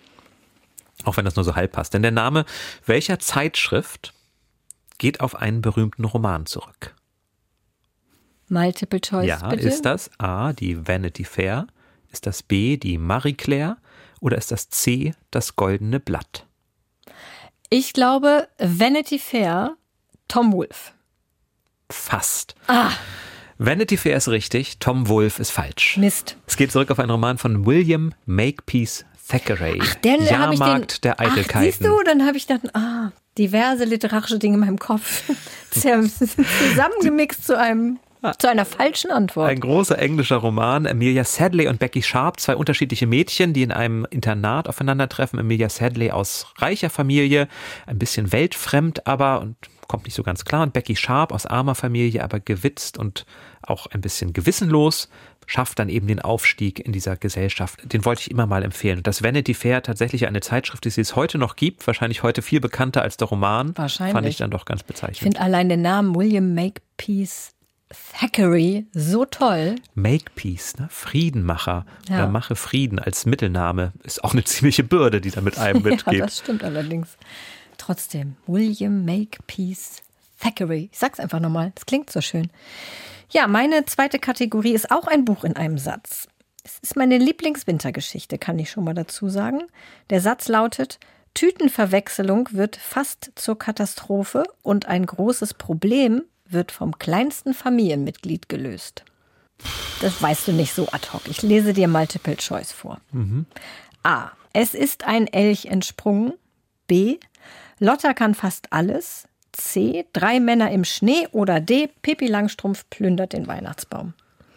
Auch wenn das nur so halb passt. Denn der Name welcher Zeitschrift geht auf einen berühmten Roman zurück? Multiple Choice, ja, bitte. Ist das A, die Vanity Fair? Ist das B, die Marie Claire? Oder ist das C, das Goldene Blatt? Ich glaube, Vanity Fair, Tom Wolfe. Fast. Vanity Fair ist richtig, Tom Wolfe ist falsch. Mist. Es geht zurück auf einen Roman von William Makepeace Thackeray. Ach, Jahrmarkt der Eitelkeiten. Siehst du, dann habe ich gedacht, diverse literarische Dinge in meinem Kopf zusammengemixt zu einer falschen Antwort. Ein großer englischer Roman. Amelia Sedley und Becky Sharp, zwei unterschiedliche Mädchen, die in einem Internat aufeinandertreffen. Amelia Sedley aus reicher Familie, ein bisschen weltfremd aber und kommt nicht so ganz klar. Und Becky Sharp aus armer Familie, aber gewitzt und auch ein bisschen gewissenlos, schafft dann eben den Aufstieg in dieser Gesellschaft. Den wollte ich immer mal empfehlen. Und das Vanity Fair, tatsächlich eine Zeitschrift, die es heute noch gibt, wahrscheinlich heute viel bekannter als der Roman, wahrscheinlich. Fand ich dann doch ganz bezeichnend. Ich finde allein den Namen William Makepeace Thackeray so toll. Makepeace, ne? Friedenmacher oder Mache Frieden als Mittelname ist auch eine ziemliche Bürde, die da mit einem mitgeht. Ja, das stimmt allerdings. Trotzdem, William Makepeace Thackeray. Ich sag's einfach nochmal, das klingt so schön. Ja, meine zweite Kategorie ist auch ein Buch in einem Satz. Es ist meine Lieblingswintergeschichte, kann ich schon mal dazu sagen. Der Satz lautet: Tütenverwechslung wird fast zur Katastrophe und ein großes Problem wird vom kleinsten Familienmitglied gelöst. Das weißt du nicht so ad hoc. Ich lese dir Multiple Choice vor. A. Es ist ein Elch entsprungen. B. Lotta kann fast alles. C. 3 Männer im Schnee. Oder D. Pippi Langstrumpf plündert den Weihnachtsbaum.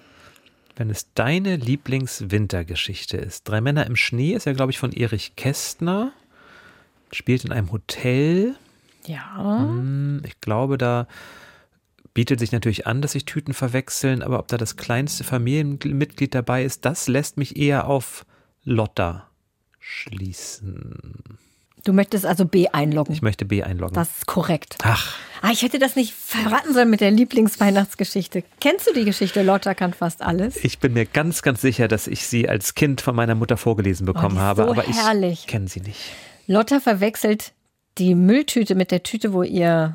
Wenn es deine Lieblingswintergeschichte ist. 3 Männer im Schnee ist ja, glaube ich, von Erich Kästner. Spielt in einem Hotel. Ja. Ich glaube, da bietet sich natürlich an, dass sich Tüten verwechseln, aber ob da das kleinste Familienmitglied dabei ist, das lässt mich eher auf Lotta schließen. Du möchtest also B einloggen. Ich möchte B einloggen. Das ist korrekt. Ach. Ich hätte das nicht verraten sollen mit der Lieblingsweihnachtsgeschichte. Kennst du die Geschichte Lotta kann fast alles? Ich bin mir ganz, ganz sicher, dass ich sie als Kind von meiner Mutter vorgelesen bekommen habe, so aber herrlich. Ich kenne sie nicht. Lotta verwechselt die Mülltüte mit der Tüte, wo ihr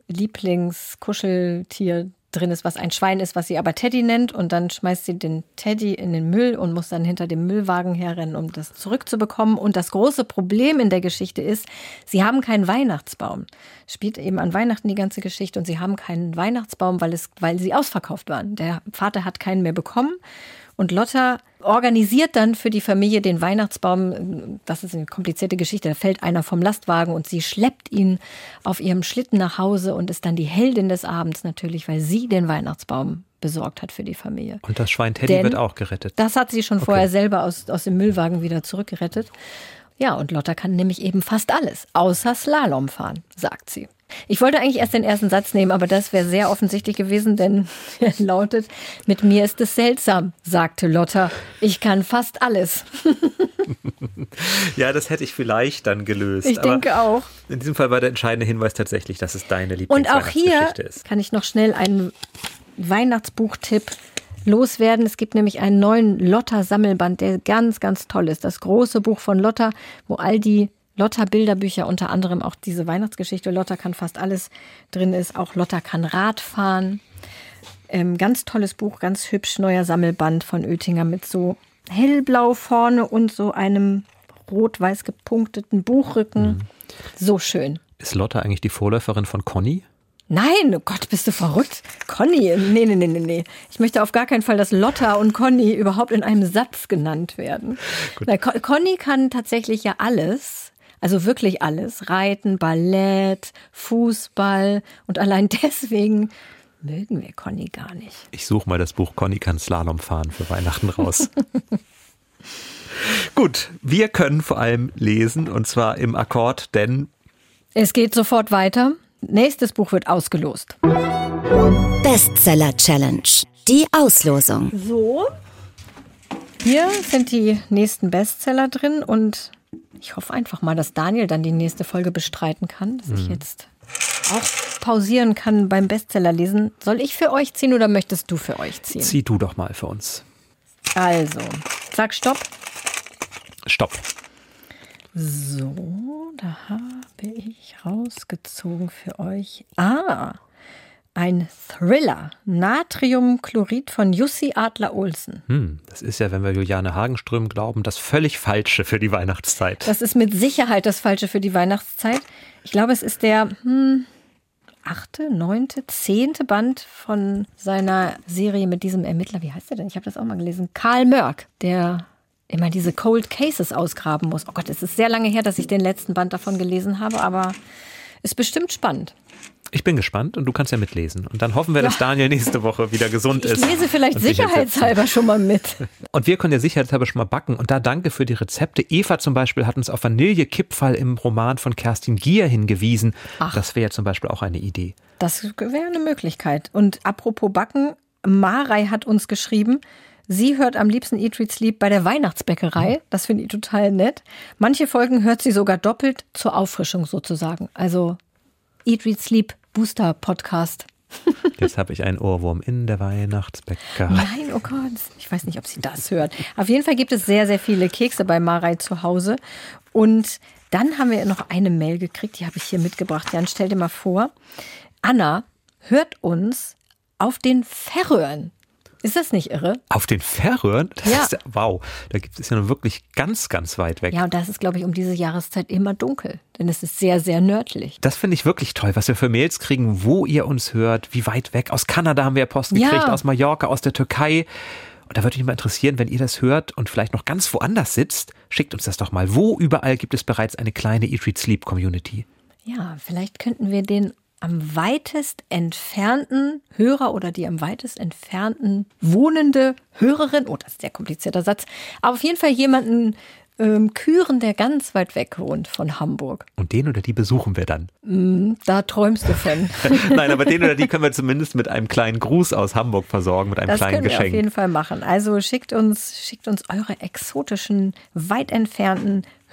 Lieblingskuscheltier drin ist, was ein Schwein ist, was sie aber Teddy nennt. Und dann schmeißt sie den Teddy in den Müll und muss dann hinter dem Müllwagen herrennen, um das zurückzubekommen. Und das große Problem in der Geschichte ist, sie haben keinen Weihnachtsbaum. Spielt eben an Weihnachten die ganze Geschichte und sie haben keinen Weihnachtsbaum, weil sie ausverkauft waren. Der Vater hat keinen mehr bekommen. Und Lotta organisiert dann für die Familie den Weihnachtsbaum. Das ist eine komplizierte Geschichte. Da fällt einer vom Lastwagen und sie schleppt ihn auf ihrem Schlitten nach Hause und ist dann die Heldin des Abends natürlich, weil sie den Weihnachtsbaum besorgt hat für die Familie. Und das Schwein Teddy wird auch gerettet. Das hat sie schon vorher selber aus dem Müllwagen wieder zurückgerettet. Ja, und Lotta kann nämlich eben fast alles, außer Slalom fahren, sagt sie. Ich wollte eigentlich erst den ersten Satz nehmen, aber das wäre sehr offensichtlich gewesen, denn er lautet: Mit mir ist es seltsam, sagte Lotta. Ich kann fast alles. Ja, das hätte ich vielleicht dann gelöst. Ich denke auch. In diesem Fall war der entscheidende Hinweis tatsächlich, dass es deine Lieblingsweihnachtsgeschichte ist. Und auch hier kann ich noch schnell einen Weihnachtsbuchtipp loswerden. Es gibt nämlich einen neuen Lotta-Sammelband, der ganz, ganz toll ist. Das große Buch von Lotta, wo all die Lotta-Bilderbücher, unter anderem auch diese Weihnachtsgeschichte, Lotta kann fast alles drin ist. Auch Lotta kann Rad fahren. Ganz tolles Buch, ganz hübsch, neuer Sammelband von Oettinger mit so hellblau vorne und so einem rot-weiß gepunkteten Buchrücken. So schön. Ist Lotta eigentlich die Vorläuferin von Conny? Nein, oh Gott, bist du verrückt? Conny, nee. Ich möchte auf gar keinen Fall, dass Lotta und Conny überhaupt in einem Satz genannt werden. Na, Conny kann tatsächlich ja alles, also wirklich alles. Reiten, Ballett, Fußball und allein deswegen mögen wir Conny gar nicht. Ich suche mal das Buch Conny kann Slalom fahren für Weihnachten raus. Gut, wir können vor allem lesen und zwar im Akkord, denn es geht sofort weiter. Nächstes Buch wird ausgelost. Bestseller Challenge. Die Auslosung. So, hier sind die nächsten Bestseller drin und ich hoffe einfach mal, dass Daniel dann die nächste Folge bestreiten kann, dass ich jetzt auch pausieren kann beim Bestseller lesen. Soll ich für euch ziehen oder möchtest du für euch ziehen? Zieh du doch mal für uns. Also, sag Stopp. Stopp. So, da habe ich rausgezogen für euch. Ein Thriller. Natriumchlorid von Jussi Adler-Olsen. Das ist ja, wenn wir Juliane Hagenström glauben, das völlig Falsche für die Weihnachtszeit. Das ist mit Sicherheit das Falsche für die Weihnachtszeit. Ich glaube, es ist der 8., 9., 10. Band von seiner Serie mit diesem Ermittler. Wie heißt der denn? Ich habe das auch mal gelesen. Karl Mörk, der immer diese Cold Cases ausgraben muss. Oh Gott, es ist sehr lange her, dass ich den letzten Band davon gelesen habe, aber ist bestimmt spannend. Ich bin gespannt und du kannst ja mitlesen. Und dann hoffen wir, dass Daniel nächste Woche wieder gesund ist. Ich lese vielleicht sicherheitshalber schon mal mit. Und wir können ja sicherheitshalber schon mal backen. Und da danke für die Rezepte. Eva zum Beispiel hat uns auf Vanillekipferl im Roman von Kerstin Gier hingewiesen. Das wäre ja zum Beispiel auch eine Idee. Das wäre eine Möglichkeit. Und apropos Backen, Marei hat uns geschrieben, sie hört am liebsten Eat, Read, Sleep bei der Weihnachtsbäckerei. Das finde ich total nett. Manche Folgen hört sie sogar doppelt zur Auffrischung sozusagen. Also Eat, Read, Sleep Booster Podcast. Jetzt habe ich einen Ohrwurm in der Weihnachtsbäckerei. Nein, oh Gott. Ich weiß nicht, ob sie das hört. Auf jeden Fall gibt es sehr, sehr viele Kekse bei Marei zu Hause. Und dann haben wir noch eine Mail gekriegt, die habe ich hier mitgebracht. Jan, stell dir mal vor, Anna hört uns auf den Färöern. Ist das nicht irre? Auf den Färöern? Das ja. Ist ja, wow, da gibt es ja nun wirklich ganz, ganz weit weg. Ja, und das ist, glaube ich, um diese Jahreszeit immer dunkel, denn es ist sehr, sehr nördlich. Das finde ich wirklich toll, was wir für Mails kriegen, wo ihr uns hört, wie weit weg. Aus Kanada haben wir ja Post gekriegt, aus Mallorca, aus der Türkei. Und da würde mich mal interessieren, wenn ihr das hört und vielleicht noch ganz woanders sitzt, schickt uns das doch mal. Wo überall gibt es bereits eine kleine Eat, Read, Sleep Community? Ja, vielleicht könnten wir den am weitest entfernten Hörer oder die am weitest entfernten wohnende Hörerin, das ist ein sehr komplizierter Satz, aber auf jeden Fall jemanden küren, der ganz weit weg wohnt von Hamburg. Und den oder die besuchen wir dann? Da träumst du von. Nein, aber den oder die können wir zumindest mit einem kleinen Gruß aus Hamburg versorgen, mit einem kleinen Geschenk. Das können wir auf jeden Fall machen. Also schickt uns eure exotischen, weit entfernten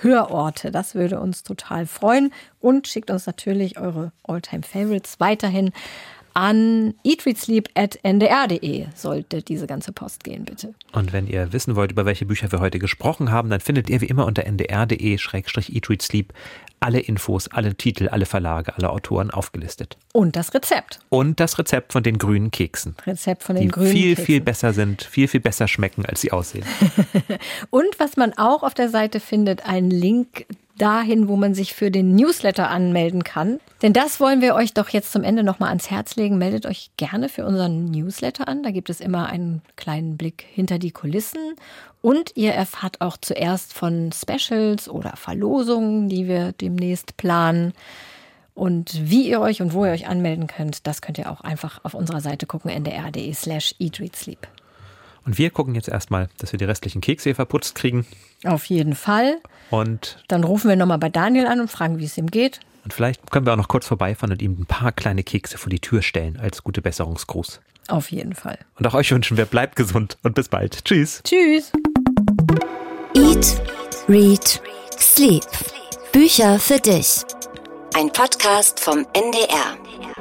Hörorte. Das würde uns total freuen. Und schickt uns natürlich eure All-Time-Favorites weiterhin an eatreadsleep@ndr.de sollte diese ganze Post gehen, bitte. Und wenn ihr wissen wollt, über welche Bücher wir heute gesprochen haben, dann findet ihr wie immer unter ndr.de/eatreadsleep alle Infos, alle Titel, alle Verlage, alle Autoren aufgelistet. Und das Rezept. Und das Rezept von den grünen Keksen. Rezept von den grünen Keksen. Keksen. Viel besser sind, viel besser schmecken, als sie aussehen. Und was man auch auf der Seite findet, einen Link dahin, wo man sich für den Newsletter anmelden kann. Denn das wollen wir euch doch jetzt zum Ende nochmal ans Herz legen. Meldet euch gerne für unseren Newsletter an. Da gibt es immer einen kleinen Blick hinter die Kulissen. Und ihr erfahrt auch zuerst von Specials oder Verlosungen, die wir demnächst planen. Und wie ihr euch und wo ihr euch anmelden könnt, das könnt ihr auch einfach auf unserer Seite gucken, ndr.de/eatreadsleep. Und wir gucken jetzt erstmal, dass wir die restlichen Kekse hier verputzt kriegen. Auf jeden Fall. Und dann rufen wir nochmal bei Daniel an und fragen, wie es ihm geht. Und vielleicht können wir auch noch kurz vorbeifahren und ihm ein paar kleine Kekse vor die Tür stellen als gute Besserungsgruß. Auf jeden Fall. Und auch euch wünschen wir, bleibt gesund und bis bald. Tschüss. Tschüss. Eat, Read, Sleep. Bücher für dich. Ein Podcast vom NDR.